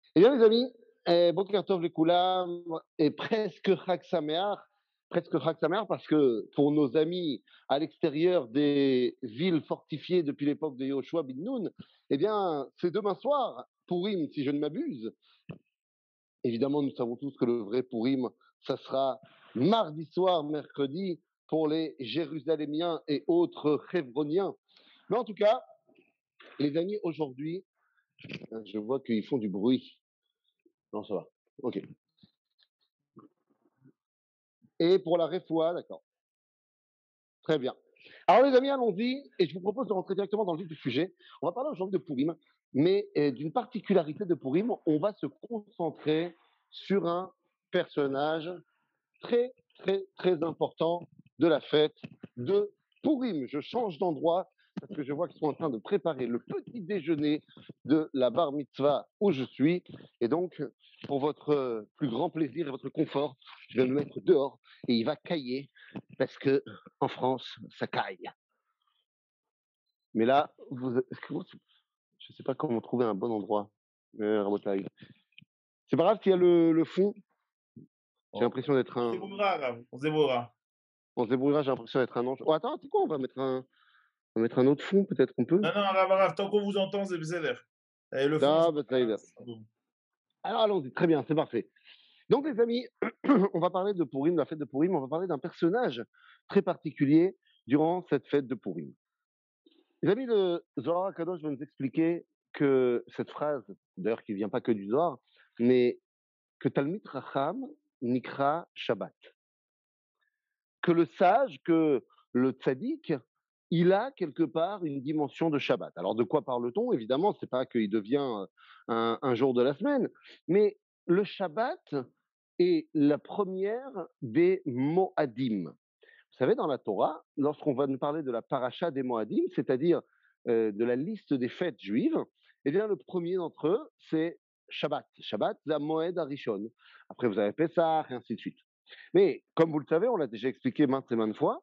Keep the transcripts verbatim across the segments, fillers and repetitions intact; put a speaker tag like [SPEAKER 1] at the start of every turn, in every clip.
[SPEAKER 1] Eh bien, les amis, eh, Boker Tov Lekoulam est presque Chag Sameach, presque Chag Sameach parce que pour nos amis à l'extérieur des villes fortifiées depuis l'époque de Yoshua bin Nun, eh bien, c'est demain soir, Purim, si je ne m'abuse. Évidemment, nous savons tous que le vrai Purim, ça sera mardi soir, mercredi, pour les Jérusalémiens et autres Hébroniens. Mais en tout cas, les amis, aujourd'hui, je vois qu'ils font du bruit. Non, ça va. Ok. Et pour la Refoua, d'accord. Très bien. Alors les amis, allons-y, et je vous propose de rentrer directement dans le vif du sujet. On va parler aujourd'hui de Purim, mais euh, d'une particularité de Purim, on va se concentrer sur un personnage très, très, très important de la fête de Purim. Je change d'endroit parce que je vois qu'ils sont en train de préparer le petit déjeuner de la bar mitzvah où je suis. Et donc, pour votre plus grand plaisir et votre confort, je vais me mettre dehors et il va cailler parce que en France, ça caille. Mais là, vous, je ne sais pas comment trouver un bon endroit. Euh, c'est pas grave qu'il y a le, le fond. J'ai
[SPEAKER 2] On
[SPEAKER 1] l'impression d'être
[SPEAKER 2] on se
[SPEAKER 1] un.
[SPEAKER 2] débrouillera, là, on se débrouillera.
[SPEAKER 1] On se débrouillera, j'ai l'impression d'être un ange. Oh, attends, c'est quoi? On va mettre un, on va mettre un autre fond, peut-être qu'on peut.
[SPEAKER 2] Non, non, Rav, Rav, tant qu'on vous entend, c'est Besséder. Et le fond,
[SPEAKER 1] Ah,
[SPEAKER 2] c'est
[SPEAKER 1] bah, ça y est.
[SPEAKER 2] pas c'est pas bon.
[SPEAKER 1] Alors allons-y, très bien, c'est parfait. Donc les amis, on va parler de Purim, de la fête de Purim, on va parler d'un personnage très particulier durant cette fête de Purim. Les amis, le Zohar HaKadosh va nous expliquer que cette phrase, d'ailleurs qui ne vient pas que du Zohar, mais que Talmid Racham Nikra Shabbat. Que le sage, que le tzaddik, il a quelque part une dimension de Shabbat. Alors de quoi parle-t-on? Évidemment, c'est pas qu'il devient un, un jour de la semaine, mais le Shabbat est la première des Moadim. Vous savez, dans la Torah, lorsqu'on va nous parler de la paracha des Moadim, c'est-à-dire euh, de la liste des fêtes juives, eh bien, le premier d'entre eux, c'est Shabbat. Shabbat, c'est Moed Arishon. Après, vous avez Pessah, et ainsi de suite. Mais, comme vous le savez, on l'a déjà expliqué maintes et maintes fois,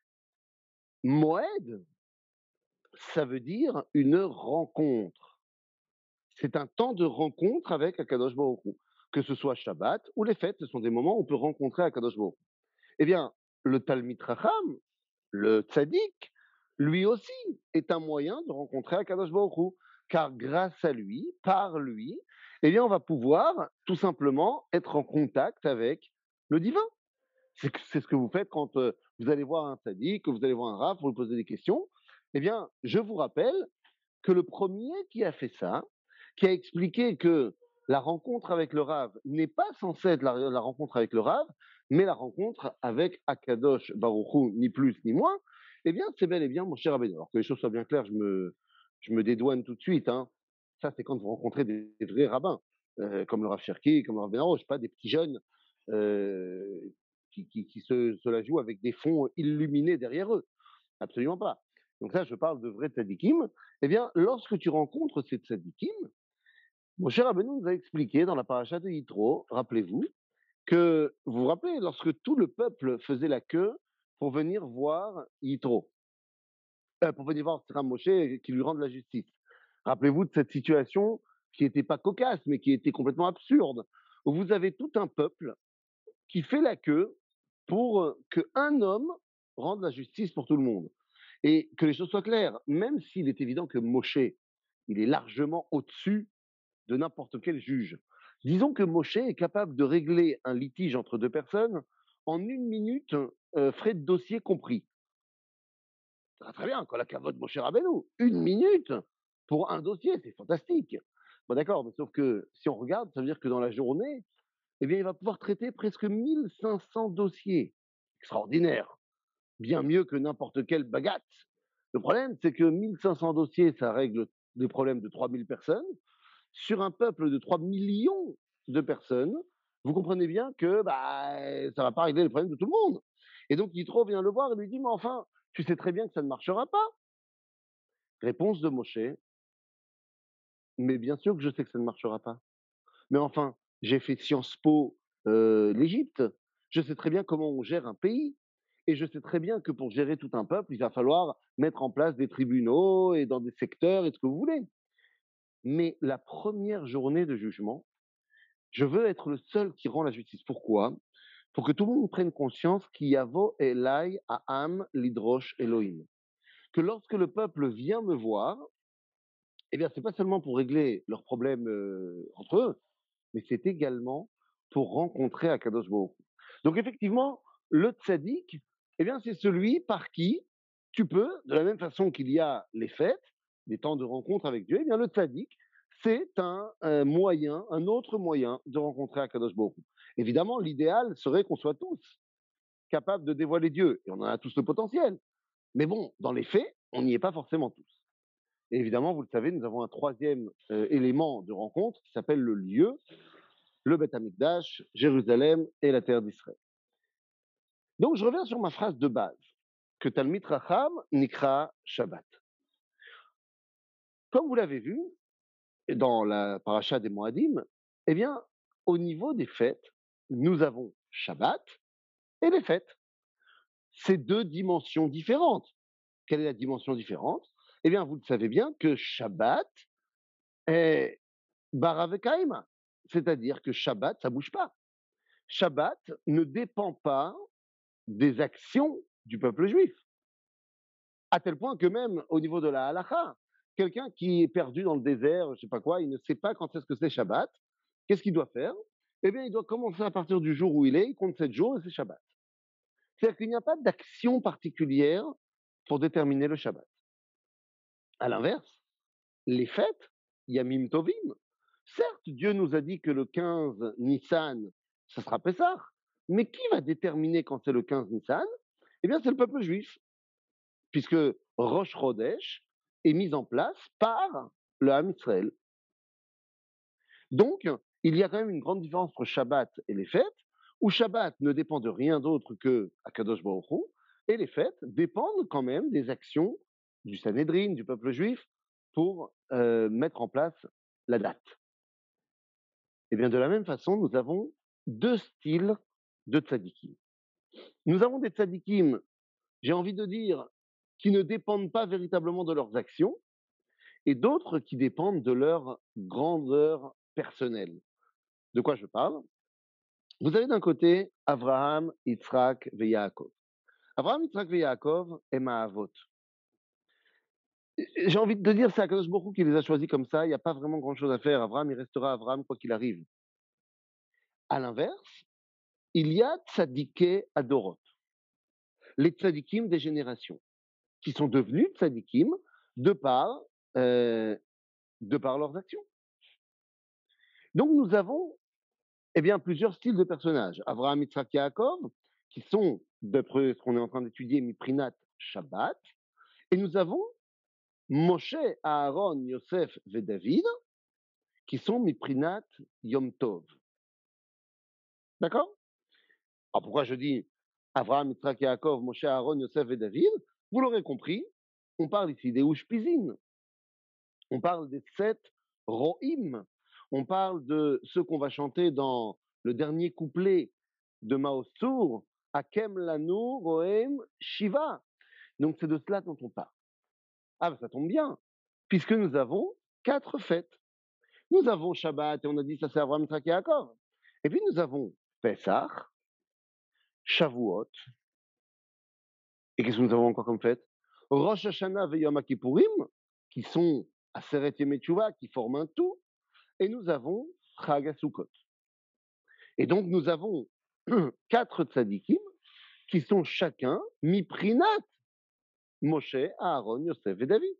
[SPEAKER 1] Moed, ça veut dire une rencontre. C'est un temps de rencontre avec Akadosh Baruch Hu. Que ce soit Shabbat ou les fêtes, ce sont des moments où on peut rencontrer Akadosh Baruch Hu. Eh bien, le Talmid Racham, le tzaddik, lui aussi est un moyen de rencontrer Akadosh Baruch Hu, car grâce à lui, par lui, eh bien, on va pouvoir tout simplement être en contact avec le divin. C'est, c'est ce que vous faites quand euh, vous allez voir un tzaddik, que vous allez voir un raf, vous lui posez des questions. Eh bien, je vous rappelle que le premier qui a fait ça, qui a expliqué que la rencontre avec le Rav n'est pas censée être la, la rencontre avec le Rav, mais la rencontre avec Akadosh Baruchou, ni plus ni moins, eh bien, c'est bel et bien mon cher Rabbeinu. Alors que les choses soient bien claires, je me, je me dédouane tout de suite. Hein. Ça, c'est quand vous rencontrez des, des vrais rabbins, euh, comme le Rav Cherki, comme le Rav Benaroche, pas des petits jeunes euh, qui, qui, qui se, se la jouent avec des fonds illuminés derrière eux. Absolument pas. Donc là, je parle de vrais tzadikim. Eh bien, lorsque tu rencontres ces tzadikim, mon cher Rabbeinu nous a expliqué dans la paracha de Yitro, rappelez-vous, que vous vous rappelez, lorsque tout le peuple faisait la queue pour venir voir Yitro, euh, pour venir voir Sram Moshe qui lui rende la justice. Rappelez-vous de cette situation qui n'était pas cocasse, mais qui était complètement absurde, où vous avez tout un peuple qui fait la queue pour qu'un homme rende la justice pour tout le monde. Et que les choses soient claires, même s'il est évident que Moshe, il est largement au-dessus de n'importe quel juge. Disons que Moshe est capable de régler un litige entre deux personnes en une minute, euh, frais de dossier compris. Ça va très bien, quand la cavote Moshe Rabbeinu, une minute pour un dossier, c'est fantastique. Bon d'accord, mais sauf que si on regarde, ça veut dire que dans la journée, eh bien, il va pouvoir traiter presque mille cinq cents dossiers. Extraordinaire. Bien mieux que n'importe quelle bagatelle. Le problème, c'est que mille cinq cents dossiers, ça règle des problèmes de trois mille personnes. Sur un peuple de trois millions de personnes, vous comprenez bien que bah, ça ne va pas régler les problèmes de tout le monde. Et donc, Yitro vient le voir et lui dit, mais enfin, tu sais très bien que ça ne marchera pas. Réponse de Moshe, mais bien sûr que je sais que ça ne marchera pas. Mais enfin, j'ai fait Sciences Po, euh, l'Égypte. Je sais très bien comment on gère un pays. Et je sais très bien que pour gérer tout un peuple, il va falloir mettre en place des tribunaux et dans des secteurs et ce que vous voulez. mais la première journée de jugement, je veux être le seul qui rend la justice. Pourquoi? Pour que tout le monde prenne conscience qu'il y a vo elai ha'am lidrosh Elohim. Que lorsque le peuple vient me voir, eh bien, c'est pas seulement pour régler leurs problèmes euh, entre eux, mais c'est également pour rencontrer Akadosh Baruch Hu. Donc effectivement, le tzaddik, eh bien, c'est celui par qui tu peux, de la même façon qu'il y a les fêtes, les temps de rencontre avec Dieu, eh bien, le tzaddik, c'est un, un moyen, un autre moyen de rencontrer Akadosh Baruch Hu. Évidemment, l'idéal serait qu'on soit tous capables de dévoiler Dieu, et on en a tous le potentiel. Mais bon, dans les faits, on n'y est pas forcément tous. Et évidemment, vous le savez, nous avons un troisième euh, élément de rencontre qui s'appelle le lieu, le Beth Amikdash, Jérusalem et la terre d'Israël. Donc, je reviens sur ma phrase de base, que Talmid Racham Nikra Shabbat. Comme vous l'avez vu, dans la paracha des Moadim, eh bien, au niveau des fêtes, nous avons Shabbat et les fêtes. C'est deux dimensions différentes. Quelle est la dimension différente? Eh bien, vous le savez bien que Shabbat est Baravekaima, c'est-à-dire que Shabbat, ça bouge pas. Shabbat ne dépend pas des actions du peuple juif. À tel point que même au niveau de la halakha, quelqu'un qui est perdu dans le désert, je sais pas quoi, il ne sait pas quand est-ce que c'est Shabbat, qu'est-ce qu'il doit faire? Eh bien, il doit commencer à partir du jour où il est, il compte sept jours et c'est Shabbat. C'est-à-dire qu'il n'y a pas d'action particulière pour déterminer le Shabbat. À l'inverse, les fêtes, Yamim Tovim, certes, Dieu nous a dit que le quinze Nissan, ce sera Pessah, mais qui va déterminer quand c'est le quinze Nissan? Eh bien, c'est le peuple juif, puisque Rosh Chodesh est mise en place par le Ham Israël. Donc, il y a quand même une grande différence entre Shabbat et les fêtes, où Shabbat ne dépend de rien d'autre que Akadosh Baruch Hu, et les fêtes dépendent quand même des actions du Sanhédrin, du peuple juif, pour euh, mettre en place la date. Et bien, de la même façon, nous avons deux styles de tzadikim. Nous avons des tzadikim, j'ai envie de dire, qui ne dépendent pas véritablement de leurs actions, et d'autres qui dépendent de leur grandeur personnelle. De quoi je parle? Vous avez d'un côté Abraham, Yitzhak et Yaakov. Abraham, Yitzhak et Yaakov est Mahavot. J'ai envie de dire, c'est Akadosh Baruch Hu qui les a choisis comme ça, il n'y a pas vraiment grand-chose à faire. Abraham, il restera Abraham quoi qu'il arrive. À l'inverse, il y a Tzadiké Adorot, les Tzadikim des générations, qui sont devenus Tzadikim de par, euh, de par leurs actions. Donc nous avons eh bien, plusieurs styles de personnages. Avraham, Yitzhak, Yaakov, qui sont, d'après ce qu'on est en train d'étudier, Miprinat Shabbat. Et nous avons Moshe, Aaron, Yosef et David, qui sont Miprinat Yom Tov. D'accord? Alors pourquoi je dis Avraham, Yitzhak, Yaakov, Moshe, Aaron, Yosef et David? Vous l'aurez compris, on parle ici des Ushpizin. On parle des sept Rohim. On parle de ceux qu'on va chanter dans le dernier couplet de Maosour, Akem Lanu Rohem Shiva. Donc c'est de cela dont on parle. Ah ben ça tombe bien, puisque nous avons quatre fêtes. Nous avons Shabbat, et on a dit ça c'est Avraham, Yitzhak et Yaakov. Et puis nous avons Pessah, Shavuot, et qu'est-ce que nous avons encore comme fête? Rosh Hashanah et Yom Kippourim, qui sont Aseret Yemei Teshuvah, qui forment un tout, et nous avons Chag HaSukkot. Et donc nous avons quatre tzadikim qui sont chacun Miprinat Moshe, Aaron, Yosef et David.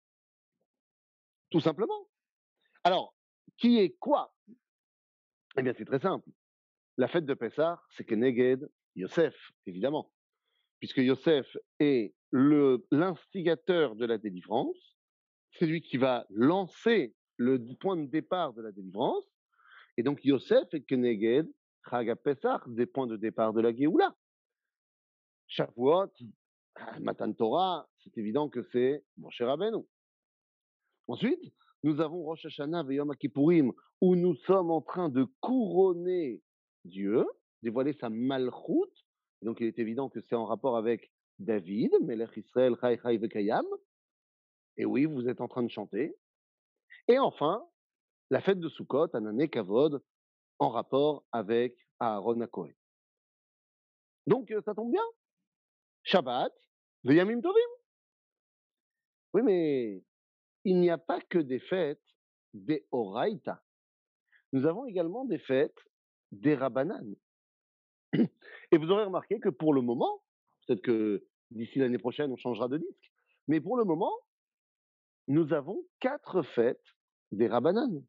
[SPEAKER 1] Tout simplement. Alors, qui est quoi? Eh bien, c'est très simple. La fête de Pessah, c'est Keneged Yosef, évidemment. Puisque Yosef est le, l'instigateur de la délivrance, c'est lui qui va lancer le point de départ de la délivrance, et donc Yosef est Keneged Chag HaPessah, des points de départ de la Géoula. Shavuot, Matan Torah, c'est évident que c'est Moshe Rabbeinu. Ensuite, nous avons Rosh Hashanah et Yom Kippourim, où nous sommes en train de couronner Dieu, dévoiler sa malchoute. Donc, il est évident que c'est en rapport avec David, Melech Israël, Chai Chai Vekayam. Et oui, vous êtes en train de chanter. Et enfin, la fête de Sukkot, Anané Kavod, en rapport avec Aaron HaKohen. Donc, euh, ça tombe bien. Shabbat, Veyamim Tovim. Oui, mais il n'y a pas que des fêtes des Oraïta. Nous avons également des fêtes des Rabbanan. Et vous aurez remarqué que pour le moment, peut-être que d'ici l'année prochaine, on changera de disque, mais pour le moment, nous avons quatre fêtes des Rabbanan.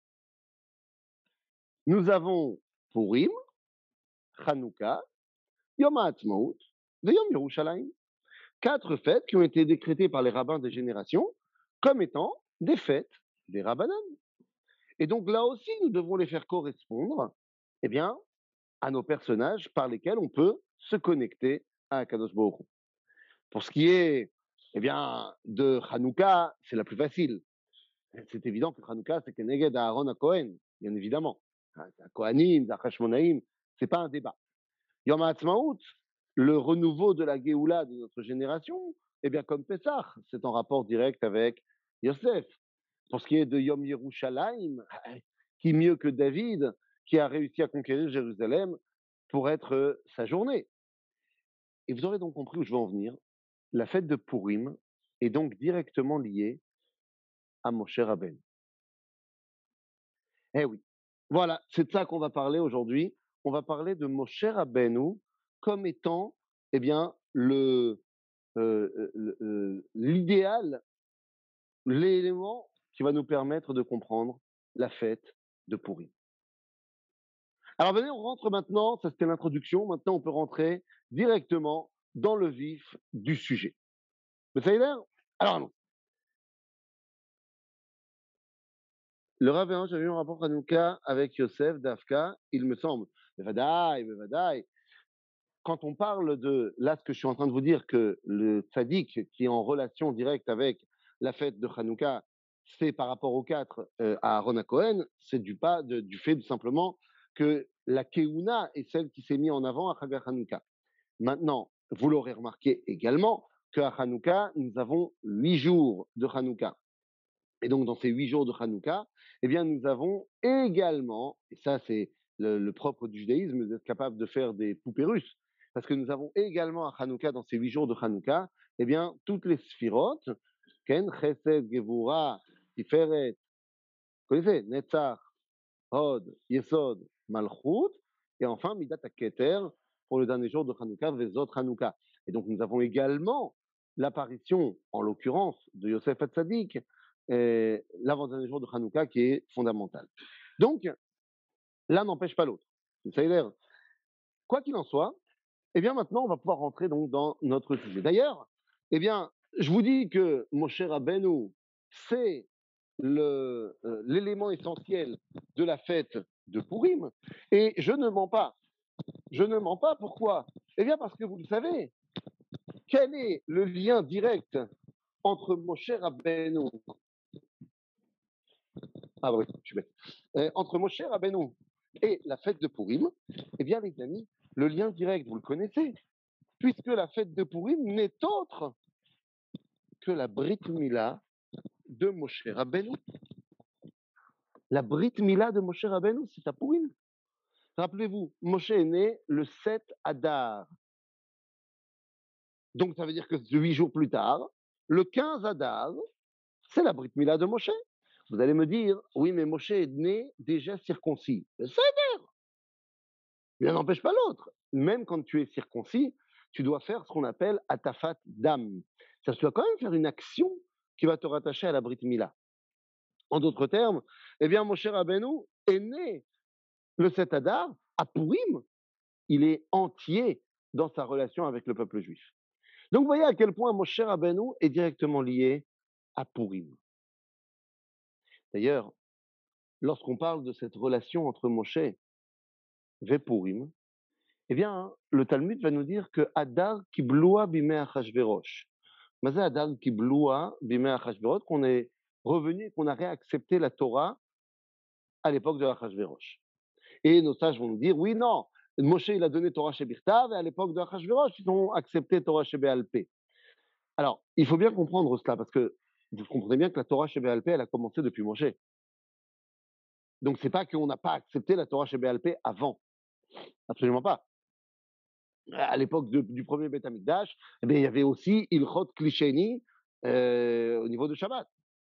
[SPEAKER 1] Nous avons Purim, Hanouka, Yom HaAtzmaut et Yom Yerushalayim. Quatre fêtes qui ont été décrétées par les rabbins des générations comme étant des fêtes des Rabbanan. Et donc là aussi, nous devons les faire correspondre, eh bien, à nos personnages par lesquels on peut se connecter à Akadosh Baruch Hu. Pour ce qui est, eh bien, de Hanouka, c'est la plus facile. C'est évident que Hanouka, c'est Keneged Aaron HaKohen, bien évidemment. C'est Kohanim, c'est Hashmonaïm, c'est pas un débat. Yom HaAtzmaut, le renouveau de la Géoula de notre génération, eh bien, comme Pessah, c'est en rapport direct avec Yosef. Pour ce qui est de Yom Yerushalayim, qui mieux que David, qui a réussi à conquérir Jérusalem pour être euh, sa journée. Et vous aurez donc compris où je veux en venir. La fête de Purim est donc directement liée à Moshe Rabbeinu. Eh oui, voilà, c'est de ça qu'on va parler aujourd'hui. On va parler de Moshe Rabbeinu comme étant, eh bien, le, euh, le- euh, l'idéal, l'élément qui va nous permettre de comprendre la fête de Purim. Alors venez, on rentre maintenant, ça c'était l'introduction, maintenant on peut rentrer directement dans le vif du sujet. Vous savez là? Alors allons. Le Rav Hérange j'avais eu un rapport Hanouka avec Yosef Dafka, il me semble. Bevadaï, Bevadaï. Quand on parle de, là ce que je suis en train de vous dire, que le tzaddik qui est en relation directe avec la fête de Hanouka, c'est par rapport aux quatre euh, à Aaron Cohen, c'est du, pas, de, du fait de simplement que la Keuna est celle qui s'est mise en avant à Chagar Hanouka. Maintenant, vous l'aurez remarqué également qu'à Hanouka, nous avons huit jours de Hanouka. Et donc, dans ces huit jours de Hanouka, eh bien, nous avons également, et ça, c'est le, le propre du judaïsme, d'être capable de faire des poupées russes, parce que nous avons également à Hanouka, dans ces huit jours de Hanouka, eh bien, toutes les sphirotes, Ken, Chesed, Gevura, Tiferet, vous connaissez, Netzach, Hod, Yesod, Malchut, et enfin Midat HaKeter pour le dernier jour de Hanouka, Vezot Hanouka. Et donc nous avons également l'apparition, en l'occurrence, de Yosef Hatzadik, l'avant-dernier jour de Hanouka qui est fondamental. Donc, l'un n'empêche pas l'autre. Ça a l'air. Quoi qu'il en soit, eh bien maintenant on va pouvoir rentrer donc dans notre sujet. D'ailleurs, eh bien, je vous dis que Moshe Rabbeinu, c'est le, euh, l'élément essentiel de la fête de Purim. Et je ne mens pas. Je ne mens pas. Pourquoi? Eh bien, parce que vous le savez, quel est le lien direct entre Moshe Rabbeinu, ah oui, je suis bête, euh, entre Moshe Rabbeinu et la fête de Purim? Eh bien, les amis, le lien direct, vous le connaissez, puisque la fête de Purim n'est autre que la Brit Mila de Moshe Rabbeinu. La Brit Mila de Moshe Rabbeinu, c'est à Purim. Rappelez-vous, Moshe est né le sept Adar. Donc ça veut dire que huit jours plus tard, le quinze Adar, c'est la Brit Mila de Moshe. Vous allez me dire, oui, mais Moshe est né déjà circoncis. C'est-à-dire, l'un n'empêche pas l'autre. Même quand tu es circoncis, tu dois faire ce qu'on appelle atafat dam. Ça, tu dois quand même faire une action qui va te rattacher à la Brit Mila. En d'autres termes, eh bien, Moshe Rabbeinu est né le sept Adar à Purim. Il est entier dans sa relation avec le peuple juif. Donc, vous voyez à quel point Moshe Rabbeinu est directement lié à Purim. D'ailleurs, lorsqu'on parle de cette relation entre Moshe et Purim, eh bien, le Talmud va nous dire que Adar kibloua bimei Achashverosh. Mais c'est Adar kibloua bimei Achashverosh qu'on est revenu, qu'on a réaccepté la Torah à l'époque de Achashverosh. Et nos sages vont nous dire, oui, non, Moshe, il a donné Torah chez Birtav, et à l'époque de Achashverosh, ils ont accepté Torah chez Béalpé. Alors, il faut bien comprendre cela, parce que vous comprenez bien que la Torah Sheba'al Peh, elle a commencé depuis Moshe. Donc c'est pas qu'on n'a pas accepté la Torah Sheba'al Peh avant, absolument pas. À l'époque de- du premier Beth Amikdash, eh bien, il y avait aussi Ilchot Klisheni euh, au niveau de Shabbat.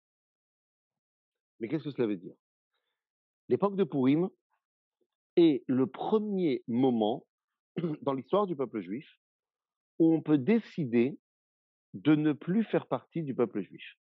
[SPEAKER 1] Mais qu'est-ce que cela veut dire? L'époque de Purim est le premier moment dans l'histoire du peuple juif où on peut décider de ne plus faire partie du peuple juif.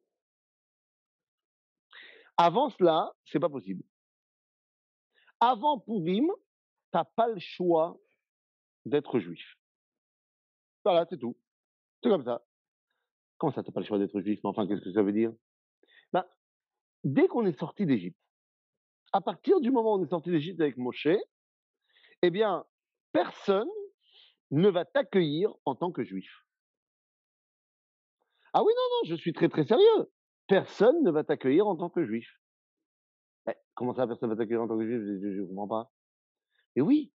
[SPEAKER 1] Avant cela, c'est pas possible. Avant Purim, t'as pas le choix d'être juif. Voilà, c'est tout. C'est comme ça. Comment ça, t'as pas le choix d'être juif? Mais enfin, qu'est-ce que ça veut dire? Ben, dès qu'on est sorti d'Égypte, à partir du moment où on est sorti d'Égypte avec Moshe, eh bien, personne ne va t'accueillir en tant que juif. Ah oui, non, non, je suis très très sérieux. Personne ne va t'accueillir en tant que juif. Eh, comment ça, personne ne va t'accueillir en tant que juif? Je ne comprends pas. Et oui,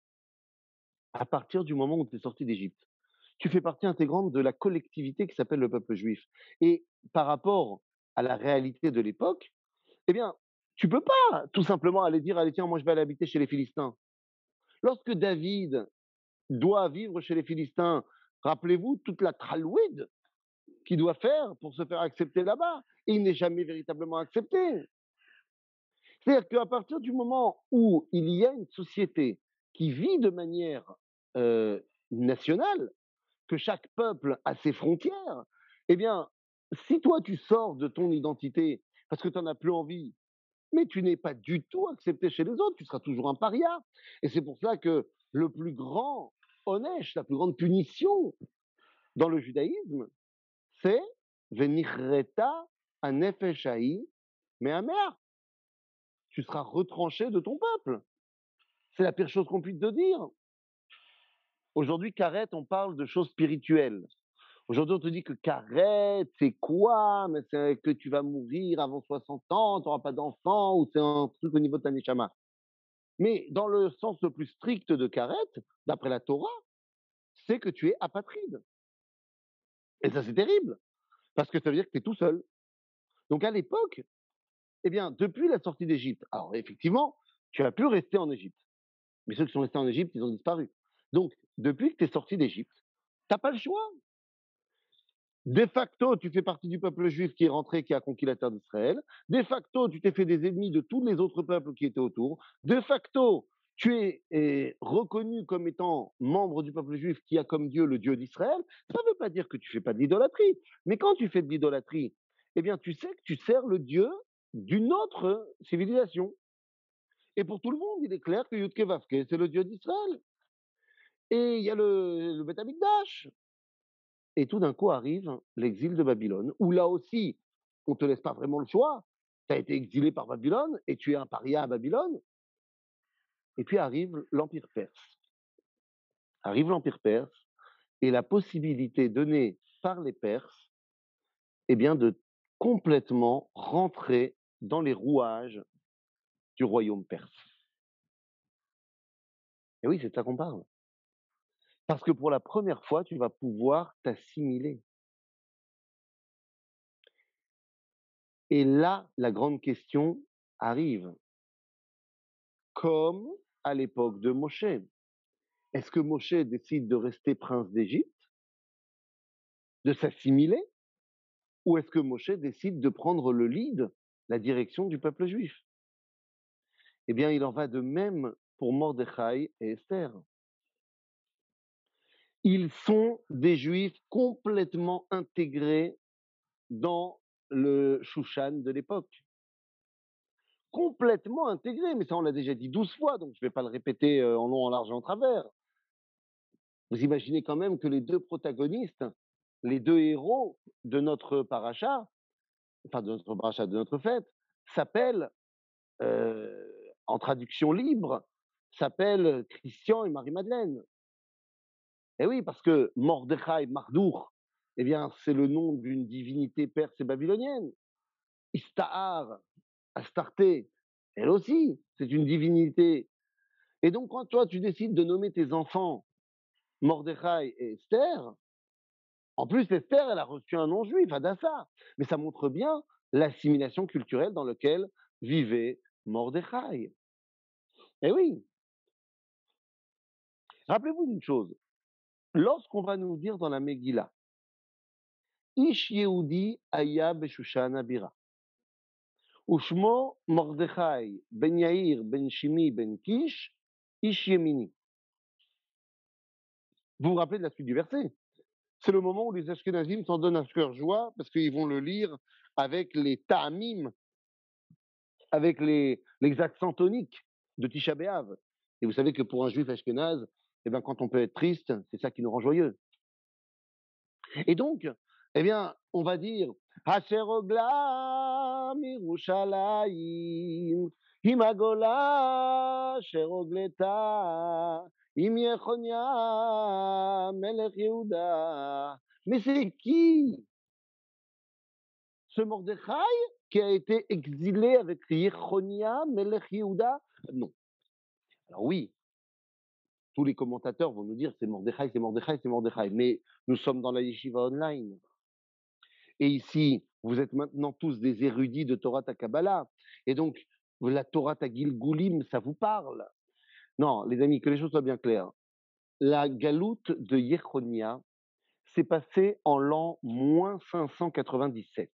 [SPEAKER 1] à partir du moment où tu es sorti d'Égypte, tu fais partie intégrante de la collectivité qui s'appelle le peuple juif. Et par rapport à la réalité de l'époque, eh bien, tu peux pas tout simplement aller dire, allez, tiens, moi je vais aller habiter chez les Philistins. Lorsque David doit vivre chez les Philistins, rappelez-vous toute la tralouide qu'il doit faire pour se faire accepter là-bas. Et il n'est jamais véritablement accepté. C'est-à-dire qu'à partir du moment où il y a une société qui vit de manière euh, nationale, que chaque peuple a ses frontières, eh bien, si toi tu sors de ton identité parce que tu n'en as plus envie, mais tu n'es pas du tout accepté chez les autres, tu seras toujours un paria. Et c'est pour cela que le plus grand onesh, la plus grande punition dans le judaïsme, c'est venichreta anefeshai me'amea. Tu seras retranché de ton peuple. C'est la pire chose qu'on puisse te dire. Aujourd'hui, Karet, on parle de choses spirituelles. Aujourd'hui, on te dit que Karet, c'est quoi? Mais c'est que tu vas mourir avant soixante ans, tu n'auras pas d'enfant, ou c'est un truc au niveau de ta neshama. Mais dans le sens le plus strict de Karet, d'après la Torah, c'est que tu es apatride. Et ça, c'est terrible, parce que ça veut dire que tu es tout seul. Donc à l'époque, eh bien, depuis la sortie d'Égypte, alors effectivement, tu as pu rester en Égypte. Mais ceux qui sont restés en Égypte, ils ont disparu. Donc, depuis que tu es sorti d'Égypte, tu n'as pas le choix. De facto, tu fais partie du peuple juif qui est rentré, qui a conquis la terre d'Israël. De facto, tu t'es fait des ennemis de tous les autres peuples qui étaient autour. De facto, tu es, est reconnu comme étant membre du peuple juif qui a comme Dieu le Dieu d'Israël. Ça ne veut pas dire que tu fais pas de l'idolâtrie. Mais quand tu fais de l'idolâtrie, eh bien, tu sais que tu sers le Dieu d'une autre civilisation. Et pour tout le monde, il est clair que Yudke Vavke, c'est le Dieu d'Israël. Et il y a le, le Beth Amikdash. Et tout d'un coup arrive l'exil de Babylone, où là aussi, on ne te laisse pas vraiment le choix. Tu as été exilé par Babylone et tu es un paria à Babylone. Et puis arrive l'Empire perse. Arrive l'Empire perse et la possibilité donnée par les Perses, eh bien, de complètement rentrer dans les rouages du royaume perse. Et oui, c'est de ça qu'on parle. Parce que pour la première fois, tu vas pouvoir t'assimiler. Et là, la grande question arrive. Comme à l'époque de Moshe. Est-ce que Moshe décide de rester prince d'Égypte, de s'assimiler, ou est-ce que Moshe décide de prendre le lead, la direction du peuple juif? Eh bien, il en va de même pour Mordechai et Esther. Ils sont des juifs complètement intégrés dans le Shushan de l'époque. Complètement intégrés, mais ça on l'a déjà dit douze fois, donc je ne vais pas le répéter en long, en large et en travers. Vous imaginez quand même que les deux protagonistes, les deux héros de notre paracha, enfin de notre paracha, de notre fête, s'appellent, euh, en traduction libre, s'appellent Christian et Marie-Madeleine. Et oui, parce que Mordechai, Mardour, eh bien, c'est le nom d'une divinité perse et babylonienne. Istahar, Astarté, elle aussi, c'est une divinité. Et donc, quand toi, tu décides de nommer tes enfants Mordechai et Esther, En plus, Esther, elle a reçu un nom juif, Hadassah. Mais ça montre bien l'assimilation culturelle dans laquelle vivait Mordechai. Eh oui, rappelez-vous d'une chose. Lorsqu'on va nous dire dans la Megillah, Ish Yehudi Aya Beshushan Abira, Ushmo Mordechai Ben Yair Ben Shimi Ben Kish, Ish Yemini. Vous vous rappelez de la suite du verset? C'est le moment où les Ashkenazim s'en donnent à cœur joie parce qu'ils vont le lire avec les ta'amim, avec les, les accents toniques de Tisha B'Av. Et vous savez que pour un juif ashkenaz, eh ben, quand on peut être triste, c'est ça qui nous rend joyeux. Et donc, eh bien, on va dire Asher ogla mirushalayim, himagola asher ogleta, im Yechonia melech Yehuda. Mais c'est qui ce Mordechai qui a été exilé avec Yechonia melech Yehuda? Non. Alors oui, tous les commentateurs vont nous dire c'est Mordechai, c'est Mordechai, c'est Mordechai, mais nous sommes dans la yeshiva online. Et ici, vous êtes maintenant tous des érudits de Torah ta Kabbalah. Et donc, la Torah ta Gilgulim, ça vous parle. Non, les amis, que les choses soient bien claires. La galoute de Yechonia s'est passée en l'an moins cinq cent quatre-vingt-dix-sept.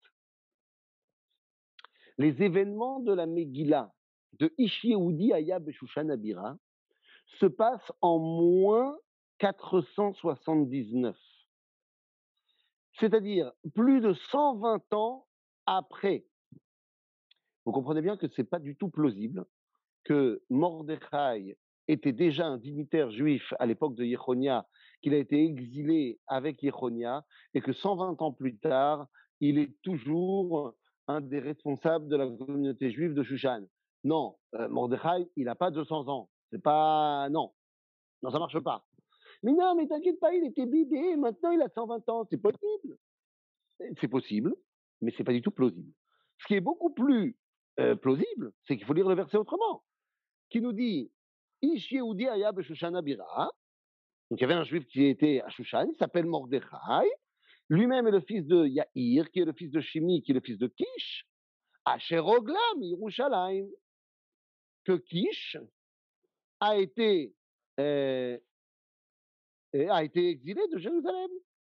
[SPEAKER 1] Les événements de la Megillah de Ish Yehudi Aya Beshushan Abira se passent en moins quatre cent soixante-dix-neuf. C'est-à-dire plus de cent vingt ans après. Vous comprenez bien que ce n'est pas du tout plausible que Mordechai était déjà un dignitaire juif à l'époque de Yechonia, qu'il a été exilé avec Yechonia, et que cent vingt ans plus tard, il est toujours un des responsables de la communauté juive de Shushan. Non, euh, Mordechai, il n'a pas deux cents ans. C'est pas... Non, non, ça marche pas. Mais non, mais t'inquiète pas, il était bébé, maintenant il a cent vingt ans. C'est possible. C'est possible, mais c'est pas du tout plausible. Ce qui est beaucoup plus euh, plausible, c'est qu'il faut lire le verset autrement, qui nous dit Ish Yehudi Aya Beshushan Abira. Donc il y avait un juif qui était à Shushan, il s'appelle Mordechai. Lui-même est le fils de Yair, qui est le fils de Shimi, qui est le fils de Kish. Asher Oglam Yerushalayim. Que Kish a été, euh, a été exilé de Jérusalem.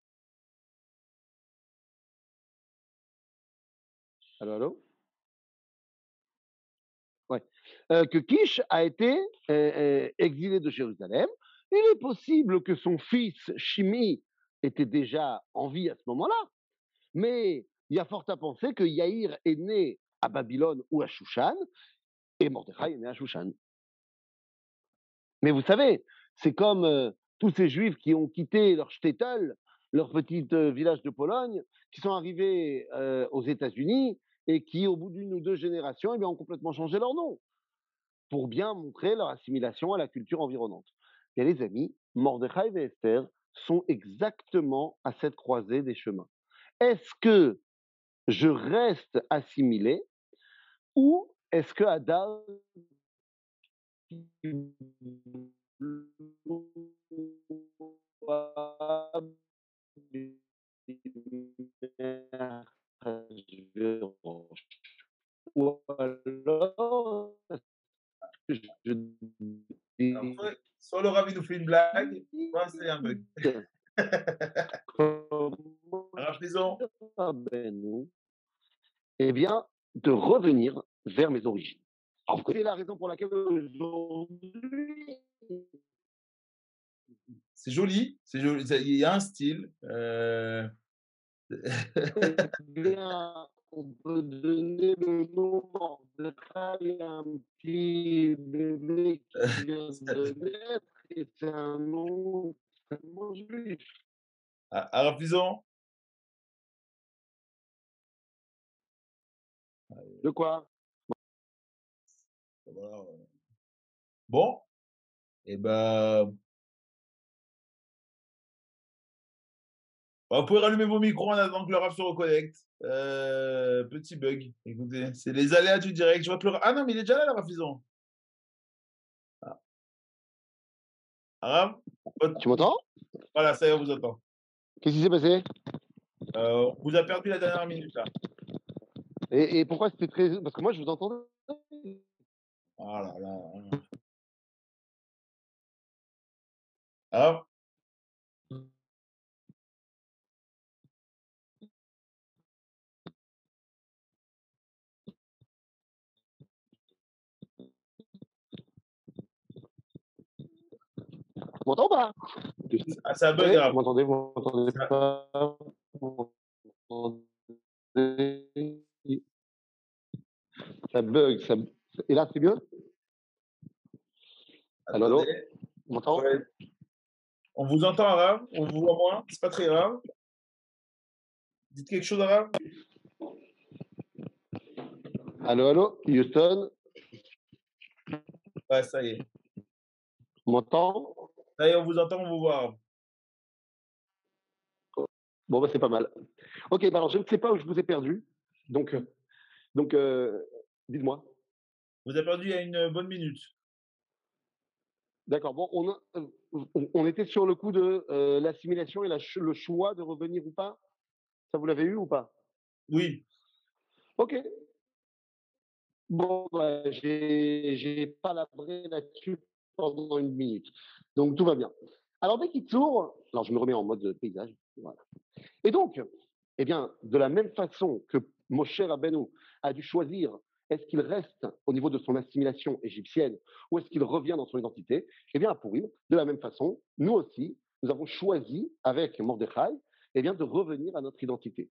[SPEAKER 1] Allô, allô? Ouais. Euh, que Kish a été euh, euh, exilé de Jérusalem. Il est possible que son fils Shimi était déjà en vie à ce moment-là, mais il y a fort à penser que Yaïr est né à Babylone ou à Shushan, et Mordechai est né à Shushan. Mais vous savez, c'est comme euh, tous ces juifs qui ont quitté leur shtetl, leur petit euh, village de Pologne, qui sont arrivés euh, aux États-Unis et qui, au bout d'une ou deux générations, eh bien, ont complètement changé leur nom, pour bien montrer leur assimilation à la culture environnante. Et les amis, Mordechai et Esther sont exactement à cette croisée des chemins. Est-ce que je reste assimilé ou est-ce que Adam ou alors je
[SPEAKER 2] Alors, soit, soit le Ravi nous fait une blague, soit c'est un bug. Alors, disons.
[SPEAKER 1] Eh bien, de revenir vers mes origines. Alors, vous connaissez la raison pour laquelle aujourd'hui.
[SPEAKER 2] C'est joli, c'est joli, il y a un style. Euh...
[SPEAKER 1] Eh bien, on peut donner le nom de Mordechai à un petit bébé qui vient de naître, et c'est un nom extrêmement juif.
[SPEAKER 2] Alors, disons.
[SPEAKER 1] De quoi?
[SPEAKER 2] Bon, et eh ben. Vous pouvez rallumer vos micros en attendant que le rap se reconnecte. Euh, petit bug. Écoutez, c'est les aléas du direct. Je vois que le... Ah non, mais il est déjà là, le Rafizon. Ah. Arabe,
[SPEAKER 1] Tu m'entends?
[SPEAKER 2] Voilà, ça y est, on vous entend.
[SPEAKER 1] Qu'est-ce qui s'est passé?
[SPEAKER 2] Euh, on vous a perdu la dernière minute là.
[SPEAKER 1] Et, et pourquoi c'était très... Parce que moi, je vous entendais.
[SPEAKER 2] Oh là là. Alors,
[SPEAKER 1] Vous m'entendez pas?
[SPEAKER 2] ah, ça bug
[SPEAKER 1] Vous
[SPEAKER 2] grave.
[SPEAKER 1] m'entendez? Vous m'entendez
[SPEAKER 2] Ça-
[SPEAKER 1] pas? Vous m'entendez? Ça bug. Ça... Et là, c'est mieux? Allô, allô?
[SPEAKER 2] Attendez.
[SPEAKER 1] Vous m'entendez?
[SPEAKER 2] Ouais. On vous entend arabe, on vous voit moins, c'est pas très grave. Dites quelque chose arabe.
[SPEAKER 1] Allô, allô? Houston?
[SPEAKER 2] Ouais, ça y est.
[SPEAKER 1] Vous m'entendez?
[SPEAKER 2] Ça y est, on vous entend, on vous voit arabe.
[SPEAKER 1] Bon, bah, c'est pas mal. Ok, bah alors je ne sais pas où je vous ai perdu. Donc, euh, donc euh, dites-moi.
[SPEAKER 2] Vous avez perdu il y a une bonne minute.
[SPEAKER 1] D'accord. Bon, on, a- euh, on, on était sur le coup de euh, l'assimilation et la ch- le choix de revenir ou pas. Ça, vous l'avez eu ou pas?
[SPEAKER 2] Oui.
[SPEAKER 1] Ok. Bon, bah, j'ai j'ai pas labré là-dessus pendant une minute. Donc, tout va bien. Alors, dès qu'il tourne, alors je me remets en mode paysage. Voilà. Et donc, eh bien, de la même façon que Moshe Rabbeinu a dû choisir, est-ce qu'il reste au niveau de son assimilation égyptienne ou est-ce qu'il revient dans son identité? Eh bien, à Purim, de la même façon, nous aussi, nous avons choisi avec Mordechai, eh bien, de revenir à notre identité.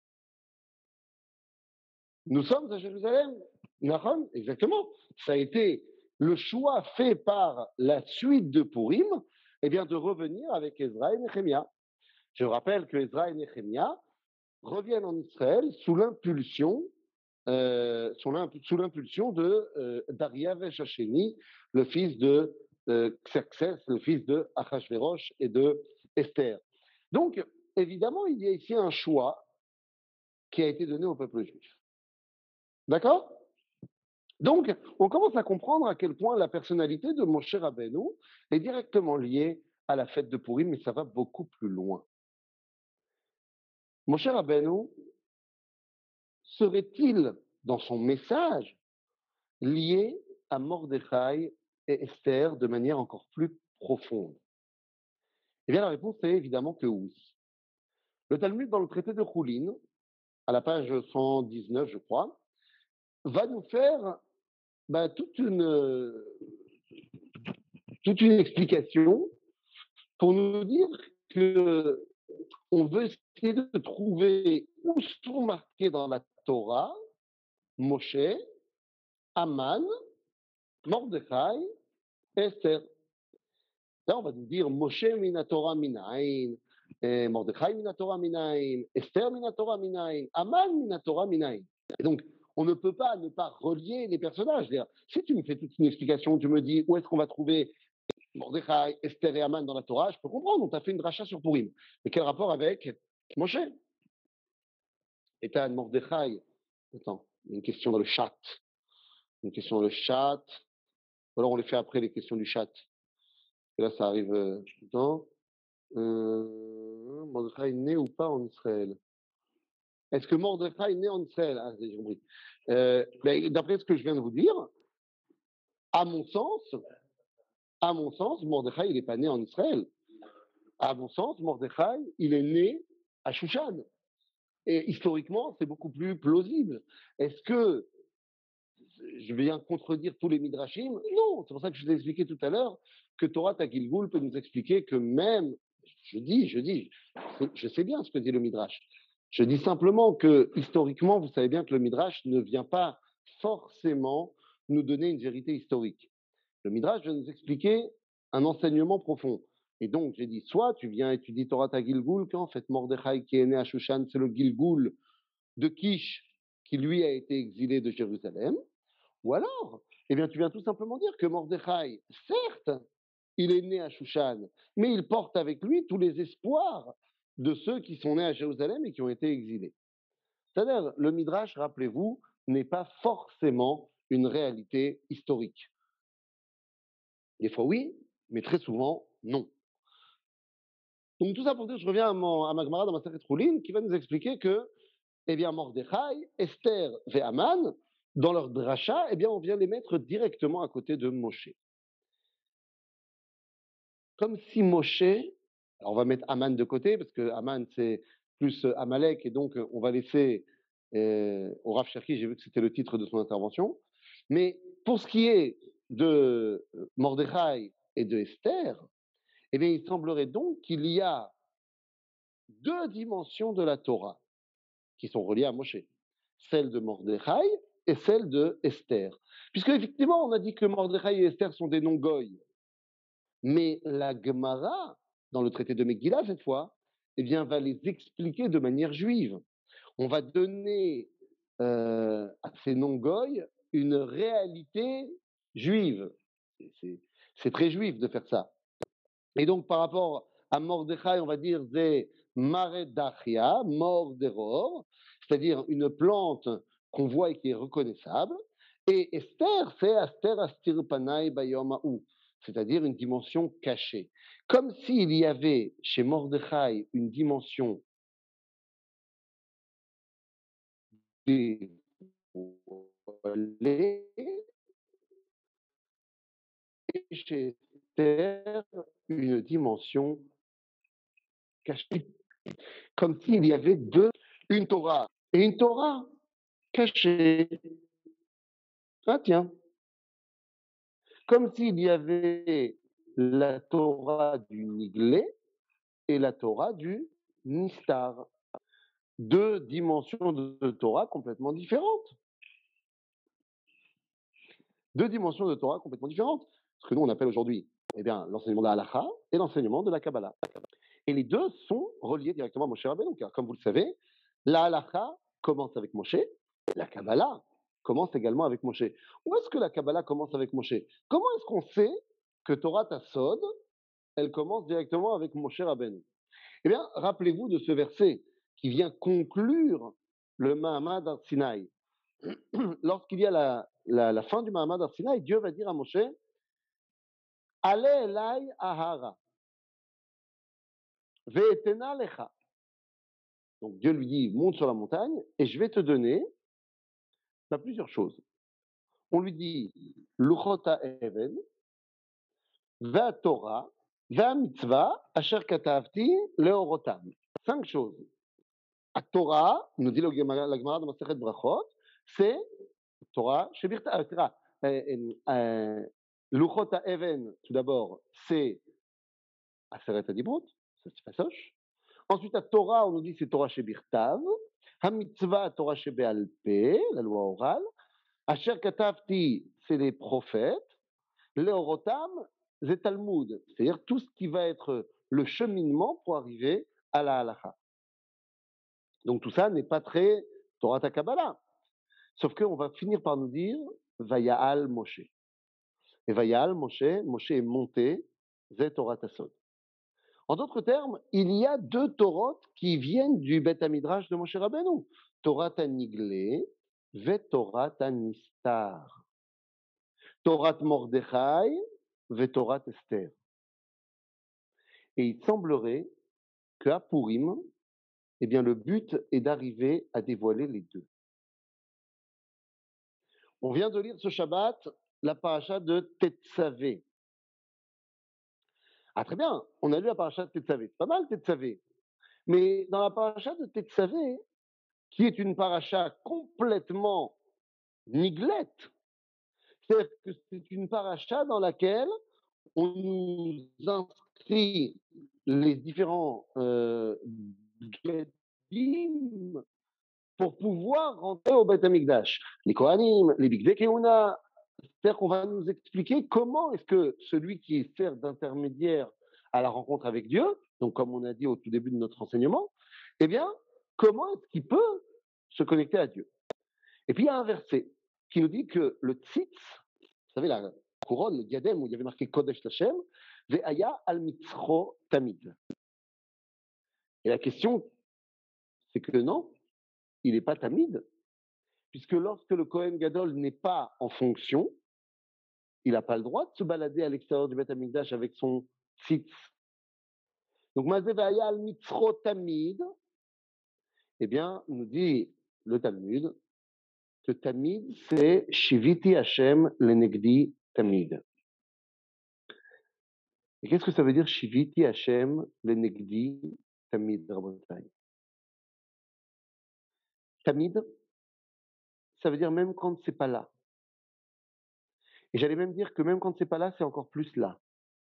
[SPEAKER 1] Nous sommes à Jérusalem, Nahon, exactement. Ça a été le choix fait par la suite de Purim, eh bien, de revenir avec Ezra et Nehemia. Je rappelle que Ezra et Nehemia reviennent en Israël sous l'impulsion euh, sous l'impulsion de euh, Dariavesh Hashemi, le fils de euh, Xerxès, le fils de Achashverosh et de Esther. Donc, évidemment, il y a ici un choix qui a été donné au peuple juif. D'accord? Donc, on commence à comprendre à quel point la personnalité de Moshe Rabbeinu est directement liée à la fête de Purim, mais ça va beaucoup plus loin. Moshe Rabbeinu serait-il, dans son message, lié à Mordechai et Esther de manière encore plus profonde? Eh bien, la réponse est évidemment que oui. Le Talmud, dans le traité de Choulin, à la page cent dix-neuf, je crois, va nous faire bah, toute, une, toute une explication pour nous dire que on veut essayer de trouver où sont marqués dans la Torah Moshe, Aman, Mordechai et Esther. Là, on va nous dire Moshe minatora minayin, eh, Mordechai minatora minayin, Esther minatora minayin, Aman minatora minayin. Et donc, on ne peut pas ne pas relier les personnages. Si tu me fais toute une explication, tu me dis où est-ce qu'on va trouver Mordechai, Esther et Aman dans la Torah, je peux comprendre. On t'a fait une dracha sur Purim. Mais quel rapport avec Moshe? Et t'as Mordechai. Attends, il y a une question dans le chat. Une question dans le chat. Alors, on les fait après les questions du chat. Et là, ça arrive euh, tout le temps. Euh, Mordechai est né ou pas en Israël? Est-ce que Mordechai est né en Israël? Ah, j'ai compris. Euh, ben, d'après ce que je viens de vous dire, à mon sens, à mon sens, Mordechai, il n'est pas né en Israël. À mon sens, Mordechai, il est né à Shushan. Et historiquement, c'est beaucoup plus plausible. Est-ce que je viens contredire tous les midrashim? Non, c'est pour ça que je vous ai expliqué tout à l'heure que Torah Tagilgul peut nous expliquer que même, je dis, je dis, je sais bien ce que dit le midrash. Je dis simplement que historiquement, vous savez bien que le midrash ne vient pas forcément nous donner une vérité historique. Le midrash vient nous expliquer un enseignement profond. Et donc, j'ai dit, soit tu viens et tu dis Torah Tagilgul, qu'en fait, Mordechai qui est né à Shushan, c'est le Gilgul de Kish qui lui a été exilé de Jérusalem. Ou alors, eh bien, tu viens tout simplement dire que Mordechai, certes, il est né à Shushan, mais il porte avec lui tous les espoirs de ceux qui sont nés à Jérusalem et qui ont été exilés. C'est-à-dire, le Midrash, rappelez-vous, n'est pas forcément une réalité historique. Des fois oui, mais très souvent non. Donc tout ça pour dire, je reviens à, mon, à ma Gemara dans ma Masechet Choulin, qui va nous expliquer que, eh bien, Mordechai, Esther et Haman, dans leur dracha, eh bien, on vient les mettre directement à côté de Moshe. Comme si Moshe, alors on va mettre Haman de côté, parce que Haman, c'est plus euh, Amalek, et donc euh, on va laisser euh, au Rav Cherki, j'ai vu que c'était le titre de son intervention. Mais pour ce qui est de euh, Mordechai et de Esther, eh bien, il semblerait donc qu'il y a deux dimensions de la Torah qui sont reliées à Moshe, celle de Mordechai et celle de Esther. Puisque effectivement, on a dit que Mordechai et Esther sont des noms goy, mais la Gemara, dans le traité de Megillah cette fois, eh bien, va les expliquer de manière juive. On va donner euh, à ces noms goy une réalité juive. C'est, c'est très juif de faire ça. Et donc, par rapport à Mordechai, on va dire des Maredachia, mort d'error, c'est-à-dire une plante qu'on voit et qui est reconnaissable. Et Esther, c'est Aster Astirpanai Bayomahu, c'est-à-dire une dimension cachée. Comme s'il y avait chez Mordechai une dimension dévoilée, et chez Esther une dimension cachée. Comme s'il y avait deux, une Torah et une Torah cachée. Ah tiens, comme s'il y avait la Torah du Niglé et la Torah du Nistar. Deux dimensions de Torah complètement différentes. Deux dimensions de Torah complètement différentes. Ce que nous on appelle aujourd'hui eh bien, l'enseignement de la Halacha et l'enseignement de la Kabbalah. Et les deux sont reliés directement à Moshe Rabbeinu, car comme vous le savez, la Halacha commence avec Moshe, la Kabbalah commence également avec Moshe. Où est-ce que la Kabbalah commence avec Moshe? Comment est-ce qu'on sait que Torah Tassod, elle commence directement avec Moshe Rabbeinu? Eh bien, rappelez-vous de ce verset qui vient conclure le Mahamad Ar-Sinaï. Lorsqu'il y a la, la, la fin du Mahamad Ar-Sinaï, Dieu va dire à Moshe, Allez elai ahara, ve'etena lecha. Donc Dieu lui dit, monte sur la montagne et je vais te donner bah, plusieurs choses. On lui dit, Luchot ha'even, ve'atorah, ve'amitzvah, asher katavti leorotam. Cinq choses. La Torah, nous dit la Gemara dans Masechet Brachot, c'est Torah Shebirta. Luchot ha'even, tout d'abord, c'est Aseret Adibrot, ça c'est Fasosh. Ensuite, la Torah, on nous dit c'est Torah Shebirtav. Hamitzvah, Torah Shebe'al Peh, la loi orale. Asher Katavti, c'est les prophètes. Leorotam, c'est Talmud, c'est-à-dire tout ce qui va être le cheminement pour arriver à la halacha. Donc tout ça n'est pas très Torah ta Kabbalah. Sauf qu'on va finir par nous dire Vaya'al Moshe. Et Vaya'al Moshe, Moshe est monté, c'est Torah Tassod. En d'autres termes, il y a deux Torot qui viennent du Beth Midrash de Moshe Rabbeinu. Torah Taniglé, ve Torah Tanistar. Torah Mordechai, ve Torah Esther. Et il semblerait qu'à Purim, eh bien, le but est d'arriver à dévoiler les deux. On vient de lire ce Shabbat la paracha de Tetzavé. Ah, très bien, on a lu la paracha de Tetzavé. C'est pas mal, Tetzavé. Mais dans la paracha de Tetzavé, qui est une paracha complètement niglette, c'est-à-dire que c'est une paracha dans laquelle on nous inscrit les différents euh, pour pouvoir rentrer au Beth Amikdash. Les Kohanim, les Bigdei Kehuna, c'est-à-dire qu'on va nous expliquer comment est-ce que celui qui sert d'intermédiaire à la rencontre avec Dieu, donc comme on a dit au tout début de notre enseignement, eh bien, comment est-ce qu'il peut se connecter à Dieu? Et puis il y a un verset qui nous dit que le tzitz, vous savez, la couronne, le diadème où il y avait marqué Kodesh Hashem, ve'aya al mitzcho tamid. Et la question, c'est que non, il n'est pas tamid, puisque lorsque le Kohen Gadol n'est pas en fonction, il n'a pas le droit de se balader à l'extérieur du Beth Amikdash avec son tzitz. Donc, Mazé Vaya al Mitzro Tamid, eh bien, nous dit le Talmud que Tamid, c'est Shiviti Hashem Lenegdi Tamid. Et qu'est-ce que ça veut dire Shiviti Hashem Lenegdi Tamid, Rabotai? Tamid, ça veut dire même quand c'est pas là. Et j'allais même dire que même quand c'est pas là, c'est encore plus là.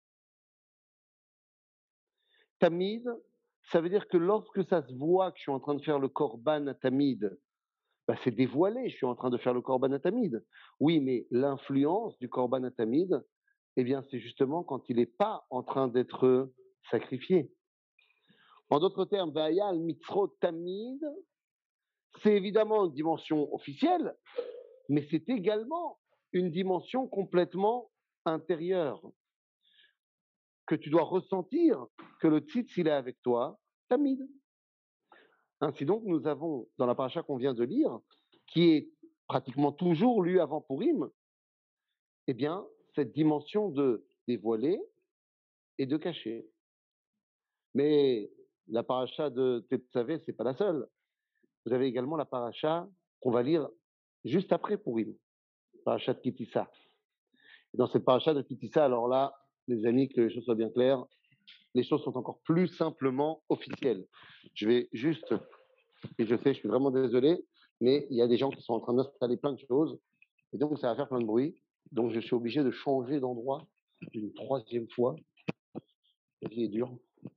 [SPEAKER 1] Tamid, ça veut dire que lorsque ça se voit que je suis en train de faire le korban à Tamid, bah c'est dévoilé, je suis en train de faire le korban à Tamid. Oui, mais l'influence du korban à Tamid, eh bien, c'est justement quand il n'est pas en train d'être sacrifié. En d'autres termes, Vayal Mitzro Tamid, c'est évidemment une dimension officielle, mais c'est également une dimension complètement intérieure, que tu dois ressentir que le tzitz, il est avec toi, Tamid. Ainsi donc, nous avons, dans la paracha qu'on vient de lire, qui est pratiquement toujours lue avant Purim, eh bien, cette dimension de dévoiler et de cacher. Mais la paracha de Tetzavé, c'est pas la seule. Vous avez également la paracha qu'on va lire juste après Purim, paracha de Kitissa. Et dans cette paracha de Kitissa, alors là, les amis, que les choses soient bien claires, les choses sont encore plus simplement officielles. Je vais juste, et je sais, je suis vraiment désolé, mais il y a des gens qui sont en train d'installer plein de choses, et donc ça va faire plein de bruit. Donc je suis obligé de changer d'endroit une troisième fois. La vie est dure.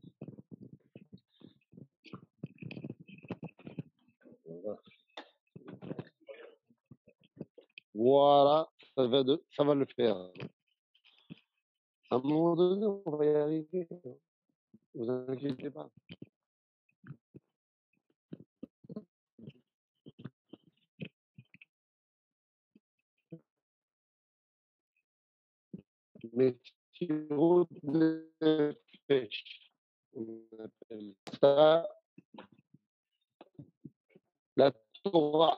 [SPEAKER 1] Voilà, ça va, de, ça va le faire. À un moment donné, on va y arriver. Vous inquiétez pas. Mais sirop de pêche, on appelle ça la Torah.